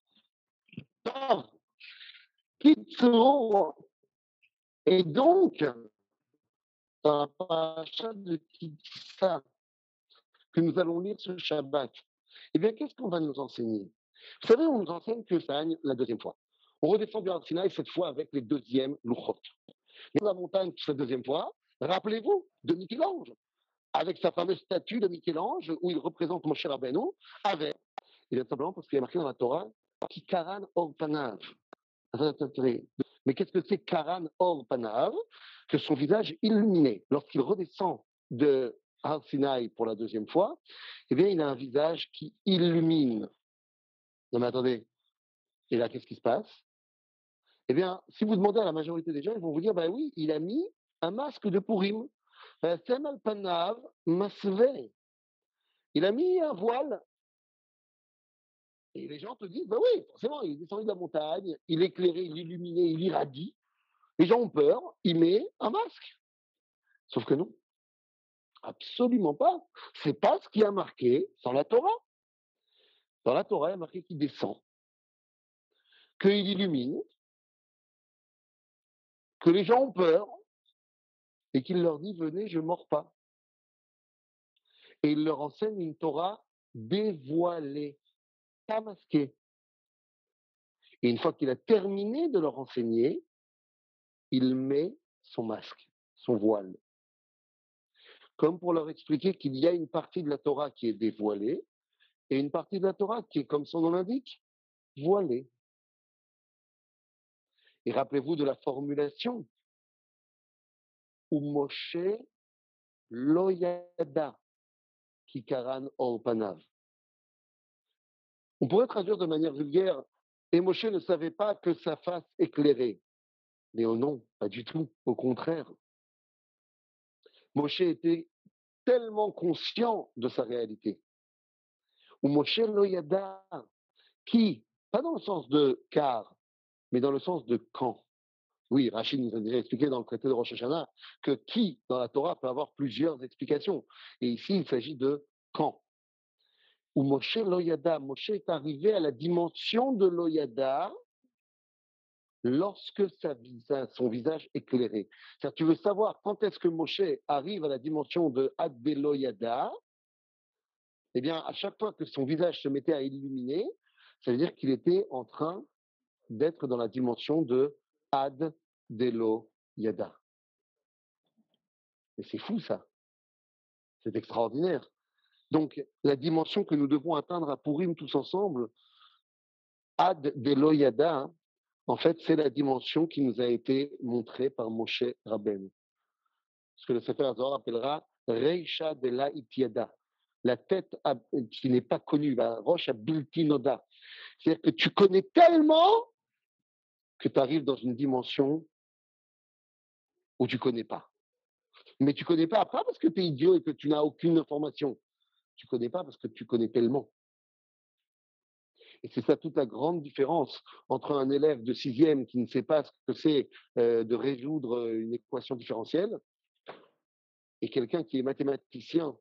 [SPEAKER 1] Kitsurot. Et donc, dans la paracha de Kitissa, que nous allons lire ce Shabbat, eh bien, qu'est-ce qu'on va nous enseigner? Vous savez, on nous enseigne que ça gagne la deuxième fois. On redescend du Har Sinaï cette fois avec les deuxièmes Luchot. Dans la montagne, cette deuxième fois, rappelez-vous de Michel-Ange, avec sa fameuse statue de Michel-Ange où il représente Moshe Rabbeinu, avec, et bien simplement parce qu'il y a marqué dans la Torah, Kikaran Or Panav. Mais qu'est-ce que c'est Karan Or Panav? Que son visage illuminé. Lorsqu'il redescend de Har Sinaï pour la deuxième fois, eh bien, il a un visage qui illumine. Non, mais attendez. Et là, qu'est-ce qui se passe? Eh bien, si vous demandez à la majorité des gens, ils vont vous dire, ben oui, il a mis un masque de Purim. Sem al Panav Masve. Il a mis un voile. Et les gens te disent, ben oui, forcément, il est descendu de la montagne, il est éclairé, il est illuminé, il irradie. Les gens ont peur, il met un masque. Sauf que non. Absolument pas. C'est pas ce qui a marqué dans la Torah. Dans la Torah, il y a marqué qu'il descend, qu'il illumine, que les gens ont peur et qu'il leur dit venez, je ne mords pas. Et il leur enseigne une Torah dévoilée, pas masquée. Et une fois qu'il a terminé de leur enseigner, il met son masque, son voile. Comme pour leur expliquer qu'il y a une partie de la Torah qui est dévoilée et une partie de la Torah qui est, comme son nom l'indique, voilée. Et rappelez-vous de la formulation où Moshe lo yada kikaran or panav. On pourrait traduire de manière vulgaire, et Moshe ne savait pas que sa face éclairait. Mais oh non, pas du tout, au contraire. Moshe était tellement conscient de sa réalité. Ou Moshe lo yada, qui, pas dans le sens de car, mais dans le sens de quand. Oui, Rachid nous a déjà expliqué dans le traité de Rosh Hashanah que qui, dans la Torah, peut avoir plusieurs explications. Et ici, il s'agit de quand. Ou Moshe Loyada, Moshe est arrivé à la dimension de Loyada lorsque sa visa- son visage est éclairé. C'est-à-dire, tu veux savoir quand est-ce que Moshe arrive à la dimension de Ad-Belo-Yada, eh bien, à chaque fois que son visage se mettait à illuminer, ça veut dire qu'il était en train d'être dans la dimension de Ad-Delo-Yada. Et c'est fou ça, c'est extraordinaire. Donc, la dimension que nous devons atteindre à Purim tous ensemble, Ad-Delo-Yada, hein, en fait, c'est la dimension qui nous a été montrée par Moshe Rabbeinu. Ce que le Sefer Zohar appellera Reisha de la Itiada, la tête à- qui n'est pas connue, la roche à Biltinoda. C'est-à-dire que tu connais tellement que tu arrives dans une dimension où tu connais pas. Mais tu connais pas, pas parce que tu es idiot et que tu n'as aucune information. Tu connais pas parce que tu connais tellement. Et c'est ça toute la grande différence entre un élève de sixième qui ne sait pas ce que c'est euh, de résoudre une équation différentielle et quelqu'un qui est mathématicien,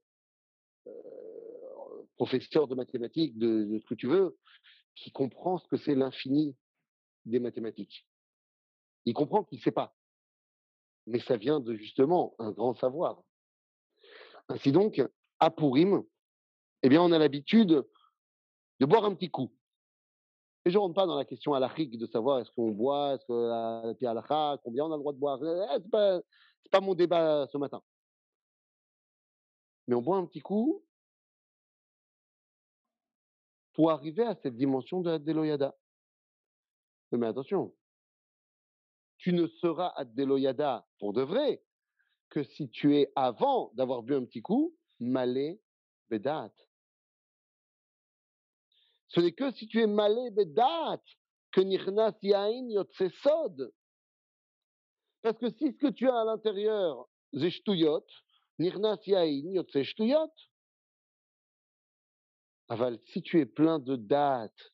[SPEAKER 1] professeur de mathématiques, de, de ce que tu veux, qui comprend ce que c'est l'infini des mathématiques. Il comprend qu'il ne sait pas, mais ça vient de justement un grand savoir. Ainsi donc, à Purim, eh bien, on a l'habitude de boire un petit coup. Et je ne rentre pas dans la question halachique de savoir est-ce qu'on boit, est-ce que la la halakha, combien on a le droit de boire. Eh, C'est pas, c'est pas mon débat ce matin. Mais on boit un petit coup pour arriver à cette dimension de Addeloyada. Mais attention, tu ne seras Addeloyada pour de vrai que si tu es avant d'avoir bu un petit coup, malé bedat. Ce n'est que si tu es malé bedat que nirnas yain yotse sod. Parce que si ce que tu as à l'intérieur, c'est shtuyot, nirnas yain yotse shtuyot. Aval, si tu es plein de date,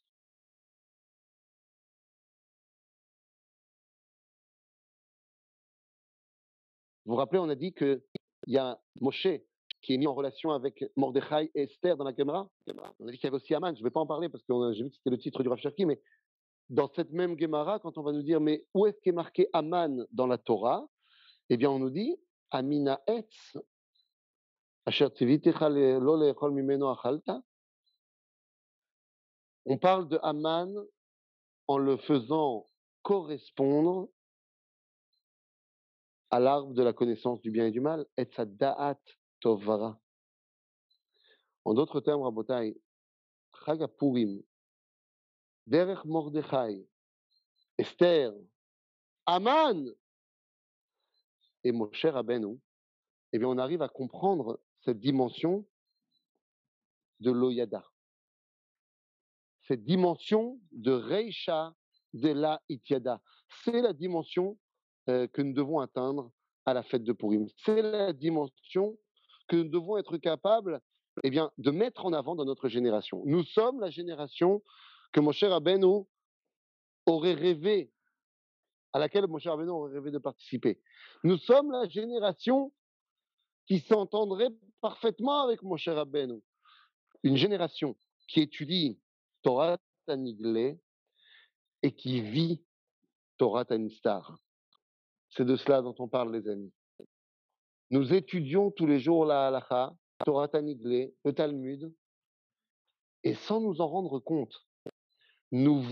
[SPEAKER 1] vous vous rappelez, on a dit qu'il y a Moshe qui est mis en relation avec Mordechai et Esther dans la Gemara. On a dit qu'il y avait aussi Aman, je ne vais pas en parler parce que j'ai vu que c'était le titre du Rav Cherki, mais dans cette même Gemara, quand on va nous dire, mais où est-ce qu'est marqué Aman dans la Torah? Eh bien, on nous dit, Amina etz, asher tzivitecha lo le'echol mimeno achalta. On parle de Aman en le faisant correspondre à l'arbre de la connaissance du bien et du mal, etz da'at tovara. En d'autres termes, Rabotai, Chag Purim, derech Mordechai, Esther, Aman et Moshe Rabbeinu, eh bien, on arrive à comprendre cette dimension de l'Oyada, cette dimension de Reisha de la Itiada. C'est la dimension euh, que nous devons atteindre à la fête de Purim. C'est la dimension que nous devons être capables eh bien, de mettre en avant dans notre génération. Nous sommes la génération que Moshe Rabbeinu aurait rêvé, à laquelle Moshe Rabbeinu aurait rêvé de participer. Nous sommes la génération qui s'entendrait parfaitement avec Moshe Rabbeinu. Une génération qui étudie Torah Taniglé et qui vit Torah Tanistar. C'est de cela dont on parle, les amis. Nous étudions tous les jours la halakha, Torah Taniglé, le Talmud, et sans nous en rendre compte, nous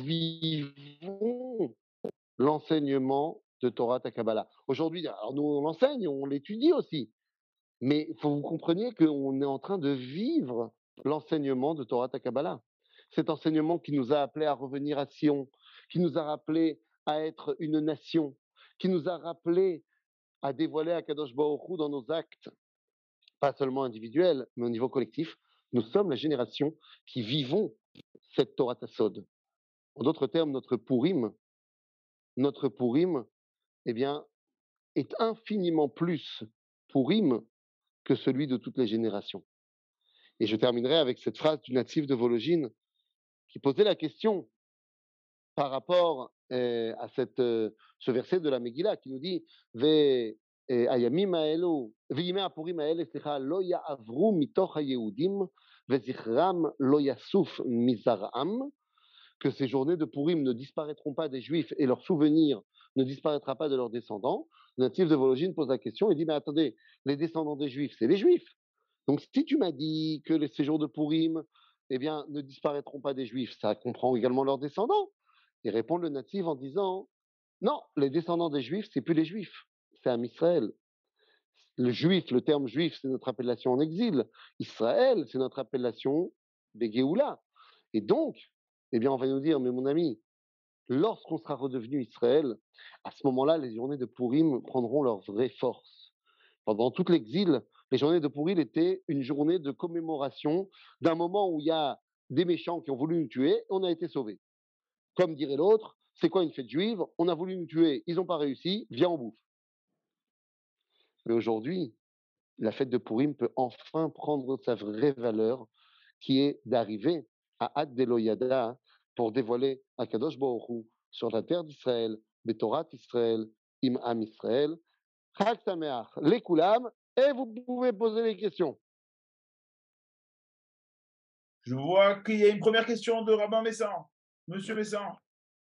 [SPEAKER 1] vivons l'enseignement de Torah Takabala. Aujourd'hui, alors nous on l'enseigne, on l'étudie aussi, mais il faut que vous compreniez qu'on est en train de vivre l'enseignement de Torah Takabala. Cet enseignement qui nous a appelés à revenir à Sion, qui nous a rappelé à être une nation, qui nous a rappelé à dévoiler Akadosh Baruch Hu dans nos actes, pas seulement individuels, mais au niveau collectif. Nous sommes la génération qui vivons cette Torah Tassod. En d'autres termes, notre Purim, notre Purim, eh bien, est infiniment plus Purim que celui de toutes les générations. Et je terminerai avec cette phrase du natif de Vologine qui posait la question par rapport euh, à cette, euh, ce verset de la Megillah qui nous dit Ve ayamim haelu, ve'yimei hapurim haele, slicha, lo ya'avru mitoch hayehudim, vezichram lo yasuf mizar'am, que ces journées de Purim ne disparaîtront pas des Juifs et leur souvenir ne disparaîtra pas de leurs descendants, le natif de Vologine pose la question et dit, mais attendez, les descendants des Juifs, c'est les Juifs. Donc si tu m'as dit que les séjours de Purim, eh bien, ne disparaîtront pas des Juifs, ça comprend également leurs descendants. Et répond le natif en disant, non, les descendants des Juifs, c'est plus les Juifs, c'est Am Israël. Le juif, le terme juif, c'est notre appellation en exil. Israël, c'est notre appellation des Géoula. Et donc, eh bien, on va nous dire, mais mon ami, lorsqu'on sera redevenu Israël, à ce moment-là, les journées de Purim prendront leur vraie force. Pendant tout l'exil, les journées de Purim étaient une journée de commémoration d'un moment où il y a des méchants qui ont voulu nous tuer, et on a été sauvés. Comme dirait l'autre, c'est quoi une fête juive? On a voulu nous tuer, ils n'ont pas réussi, viens on bouffe. Mais aujourd'hui, la fête de Purim peut enfin prendre sa vraie valeur, qui est d'arriver à Ad Deloyada pour dévoiler Akadosh Baruch Hu sur la terre d'Israël, Betorat Israël, Im Am Israël. Chag Sameach, les Koulam, et vous pouvez poser les questions.
[SPEAKER 2] Je vois qu'il y a une première question de Rabbin Messan. Monsieur Messan.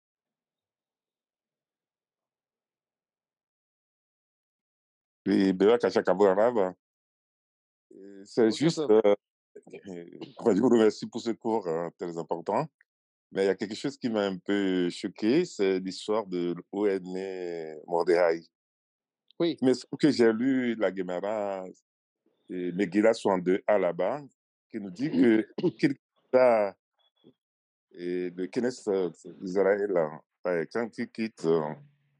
[SPEAKER 3] Oui, Béa Kachakabourarav, c'est juste, euh, je vous remercie pour ce cours euh, très important, mais il y a quelque chose qui m'a un peu choqué, c'est l'histoire de où est né Mordechai.
[SPEAKER 1] Oui.
[SPEAKER 3] Mais ce que j'ai lu la Gemara, et Megillah soixante-deux A là-bas, qui nous dit que qu'il a et le Knesset d'Israël, euh, quand il quitte euh,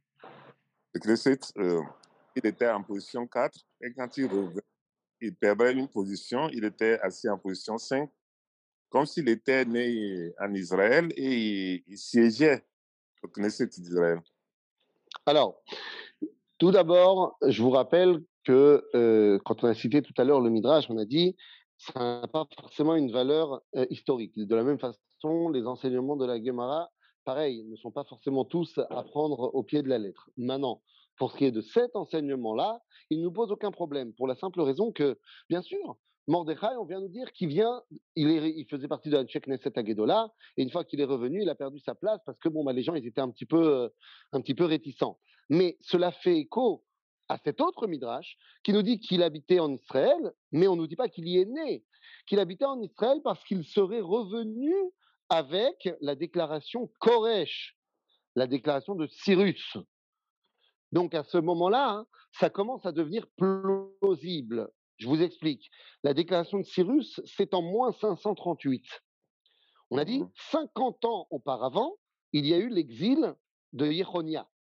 [SPEAKER 3] le Knesset, euh, il était en position quatre, et quand il revient, il perdait une position, il était assis en position cinq, comme s'il était né en Israël et il, il siégeait au Knesset d'Israël.
[SPEAKER 1] Alors, tout d'abord, je vous rappelle que euh, quand on a cité tout à l'heure le Midrash, on a dit ça n'a pas forcément une valeur euh, historique. De la même façon, les enseignements de la Gemara, pareil, ne sont pas forcément tous à prendre au pied de la lettre. Maintenant, pour ce qui est de cet enseignement-là, il ne nous pose aucun problème, pour la simple raison que, bien sûr, Mordechai, on vient nous dire qu'il vient, il, est, il faisait partie de la Knesset Agedola, et une fois qu'il est revenu, il a perdu sa place parce que bon, bah, les gens ils étaient un petit peu, euh, un petit peu réticents. Mais cela fait écho à cet autre Midrash qui nous dit qu'il habitait en Israël, mais on ne nous dit pas qu'il y est né, qu'il habitait en Israël parce qu'il serait revenu avec la déclaration Koresh, la déclaration de Cyrus. Donc à ce moment-là, hein, ça commence à devenir plausible. Je vous explique. La déclaration de Cyrus, c'est en moins cinq cent trente-huit. On a dit cinquante ans auparavant, il y a eu l'exil de Yechonia.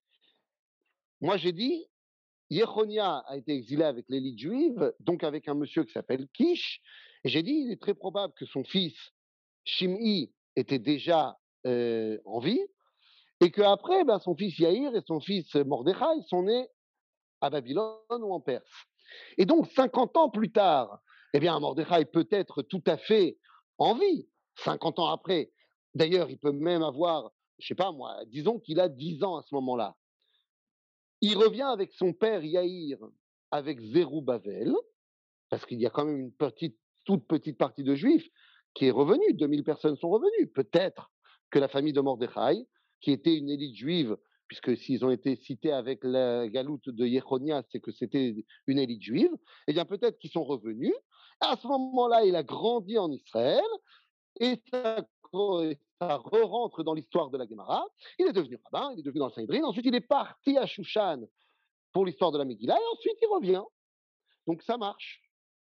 [SPEAKER 1] Moi, j'ai dit, Yechonia a été exilé avec l'élite juive, donc avec un monsieur qui s'appelle Kish. Et j'ai dit, il est très probable que son fils, Shim'i, était déjà euh, en vie, et qu'après, ben, son fils Yaïr et son fils Mordechai sont nés à Babylone ou en Perse. Et donc, cinquante ans plus tard, eh bien, Mordechai peut être tout à fait en vie, cinquante ans après. D'ailleurs, il peut même avoir, je sais pas moi, disons qu'il a dix ans à ce moment-là. Il revient avec son père Yaïr, avec Zerubbabel, parce qu'il y a quand même une petite, toute petite partie de juifs qui est revenue, deux mille personnes sont revenues. Peut-être que la famille de Mordechai, qui était une élite juive, puisque s'ils ont été cités avec la galoute de Yechonia, c'est que c'était une élite juive, eh bien peut-être qu'ils sont revenus. À ce moment-là, il a grandi en Israël, et ça, ça re-rentre dans l'histoire de la Gemara. Il est devenu rabbin, il est devenu dans le Sanhedrin. Ensuite, il est parti à Shushan pour l'histoire de la Megillah, et ensuite il revient. Donc ça marche.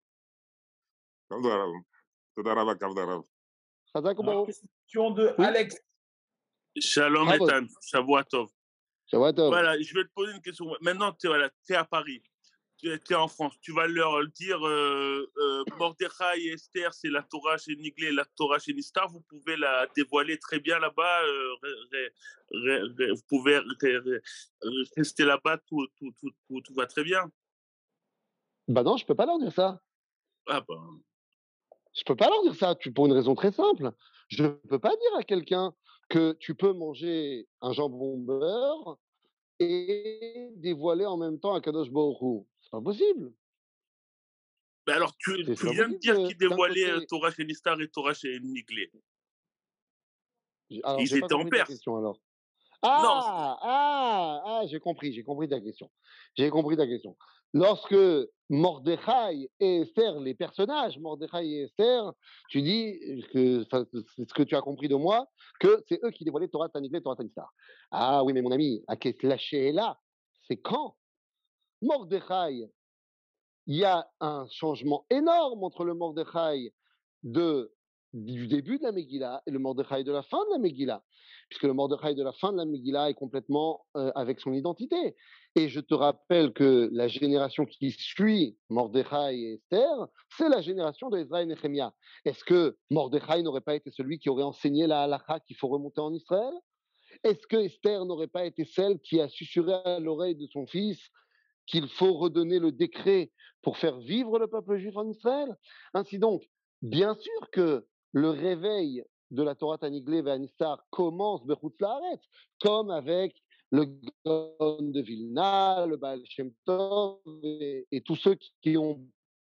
[SPEAKER 2] Question de
[SPEAKER 1] Oui.
[SPEAKER 2] Alex.
[SPEAKER 4] Shalom Ethan, Shavuatov.
[SPEAKER 1] Shavuatov.
[SPEAKER 4] Voilà, je vais te poser une question. Maintenant, tu es voilà, à Paris, tu es en France. Tu vas leur dire euh, euh, Mordechai et Esther, c'est la Torah chez Niglé, la Torah chez Nistar. Vous pouvez la dévoiler très bien là-bas. Euh, ré, ré, ré, vous pouvez rester là-bas, tout, tout, tout, tout, tout va très bien.
[SPEAKER 1] Bah non, je peux pas leur dire ça.
[SPEAKER 4] Ah ben.
[SPEAKER 1] Je peux pas leur dire ça, pour une raison très simple. Je ne peux pas dire à quelqu'un que tu peux manger un jambon beurre et dévoiler en même temps un Kadosh Baruch Hu. C'est pas possible.
[SPEAKER 4] Mais alors, tu, tu viens de dire qu'il dévoilait côté... Torah chez Nistar et Torah chez Niglé.
[SPEAKER 1] J alors
[SPEAKER 4] Ils
[SPEAKER 1] j'ai pas
[SPEAKER 4] étaient en
[SPEAKER 1] compris ta
[SPEAKER 4] Perse.
[SPEAKER 1] question alors.
[SPEAKER 4] Non,
[SPEAKER 1] Ah! Ah! Ah, j'ai compris, j'ai compris ta question. J'ai compris ta question. Lorsque Mordechai et Esther, les personnages, Mordechai et Esther, tu dis que, enfin, c'est ce que tu as compris de moi, que c'est eux qui dévoilaient Torah Taniglet, Torah Tanistar. Ah oui, mais mon ami, Akes lâché est là. C'est quand Mordechai, il y a un changement énorme entre le Mordechai de, du début de la Megillah et le Mordechai de la fin de la Megillah, puisque le Mordechai de la fin de la Megillah est complètement euh, avec son identité. Et je te rappelle que la génération qui suit Mordechai et Esther, c'est la génération de Ezra et Nehemia. Est-ce que Mordechai n'aurait pas été celui qui aurait enseigné la halakha qu'il faut remonter en Israël? Est-ce que Esther n'aurait pas été celle qui a susurré à l'oreille de son fils qu'il faut redonner le décret pour faire vivre le peuple juif en Israël? Ainsi donc, bien sûr que le réveil de la Torah Taniglé Vanistar commence Bechutz Laaretz, comme avec le Gaon de Vilna, le Baal Shem Tov et, et tous ceux qui ont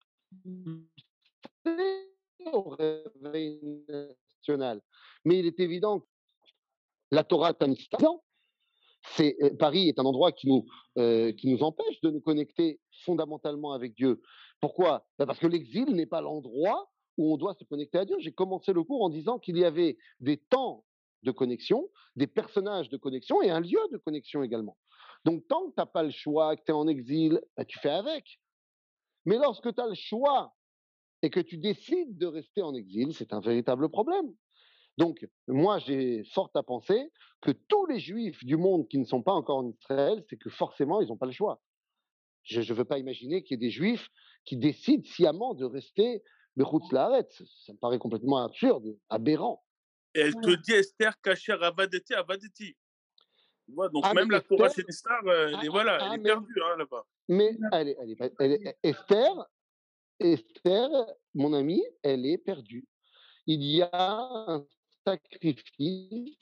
[SPEAKER 1] poussé au réveil national. Mais il est évident que la Torah Tanistar, c'est, euh, Paris est un endroit qui nous, euh, qui nous empêche de nous connecter fondamentalement avec Dieu. Pourquoi? Ben parce que l'exil n'est pas l'endroit où on doit se connecter à Dieu. J'ai commencé le cours en disant qu'il y avait des temps de connexion, des personnages de connexion et un lieu de connexion également. Donc tant que tu n'as pas le choix, que tu es en exil, ben, tu fais avec. Mais lorsque tu as le choix et que tu décides de rester en exil, c'est un véritable problème. Donc, moi, j'ai fort à penser que tous les juifs du monde qui ne sont pas encore en Israël, c'est que forcément, ils n'ont pas le choix. Je ne veux pas imaginer qu'il y ait des juifs qui décident sciemment de rester Bechutz Laaretz. Ça me paraît complètement absurde, aberrant.
[SPEAKER 4] et elle te dit, Esther, Kacher, Avadeti, Avadeti. Tu vois, donc
[SPEAKER 1] Ah,
[SPEAKER 4] même
[SPEAKER 1] mais
[SPEAKER 4] la Torah
[SPEAKER 1] Esther,
[SPEAKER 4] chez Nistar, euh, elle
[SPEAKER 1] ah,
[SPEAKER 4] est,
[SPEAKER 1] ah,
[SPEAKER 4] voilà,
[SPEAKER 1] ah,
[SPEAKER 4] elle est
[SPEAKER 1] mais,
[SPEAKER 4] perdue hein, là-bas.
[SPEAKER 1] mais elle est, elle est, pas- elle est- Esther, Esther, mon ami, elle est perdue. Il y a un sacrifice.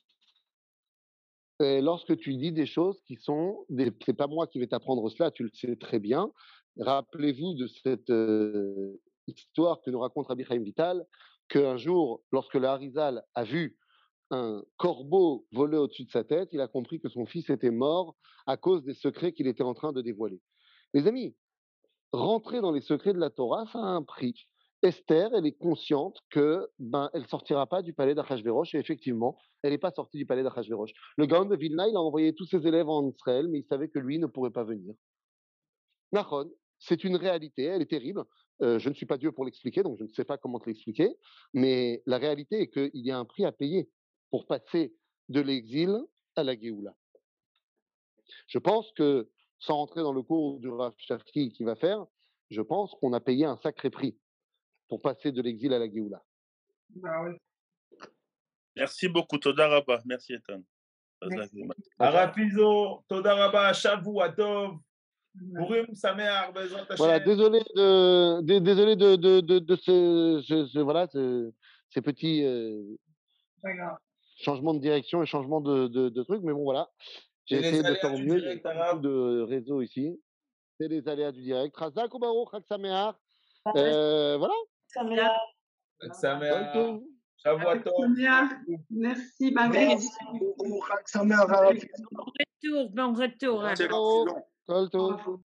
[SPEAKER 1] Et lorsque tu dis des choses qui sont, des... c'est pas moi qui vais t'apprendre cela, tu le sais très bien. Rappelez-vous de cette euh, histoire que nous raconte Rabbi Chaim Vital, qu'un jour, lorsque le Harizal a vu un corbeau voler au-dessus de sa tête, il a compris que son fils était mort à cause des secrets qu'il était en train de dévoiler. Les amis, rentrer dans les secrets de la Torah, ça a un prix. Esther, elle est consciente que ben elle sortira pas du palais d'Achashverosh et effectivement, elle n'est pas sortie du palais d'Achashverosh. Le Gaon de Vilna, il a envoyé tous ses élèves en Israël, mais il savait que lui ne pourrait pas venir. Nahon, c'est une réalité, elle est terrible. Euh, je ne suis pas Dieu pour l'expliquer, donc je ne sais pas comment te l'expliquer, mais la réalité est qu'il y a un prix à payer pour passer de l'exil à la Géoula. Je pense que, sans rentrer dans le cours du Rav Cherki qui va faire, je pense qu'on a payé un sacré prix pour passer de l'exil à la Géoula.
[SPEAKER 2] Bah oui.
[SPEAKER 4] Merci beaucoup, Toda Rabba. Merci, Ethan.
[SPEAKER 2] Arapizo, Toda Rabba, Shavu, Atov, Purim, Sameach, Bezrat
[SPEAKER 1] Voilà,
[SPEAKER 2] Hashem.
[SPEAKER 1] désolé de, dé- désolé de, de, de, de ce, ce- ce- voilà, ce- ces petits euh,
[SPEAKER 2] Pas grave.
[SPEAKER 1] changements de direction et changements de, de, de trucs, mais bon, voilà. J'ai
[SPEAKER 2] C'est les
[SPEAKER 1] essayé de faire
[SPEAKER 2] aléas
[SPEAKER 1] au
[SPEAKER 2] du
[SPEAKER 1] mieux. Il n'y a
[SPEAKER 2] direct
[SPEAKER 1] pas beaucoup
[SPEAKER 2] arabe.
[SPEAKER 1] de réseaux ici. C'est les aléas du direct. Razak ou Baruch, Chag Sameach. Euh, voilà.
[SPEAKER 2] Sameach, Shavu, Atov.
[SPEAKER 5] Merci, Marguerite.
[SPEAKER 6] Bon retour, bon retour.
[SPEAKER 1] Kol Tov.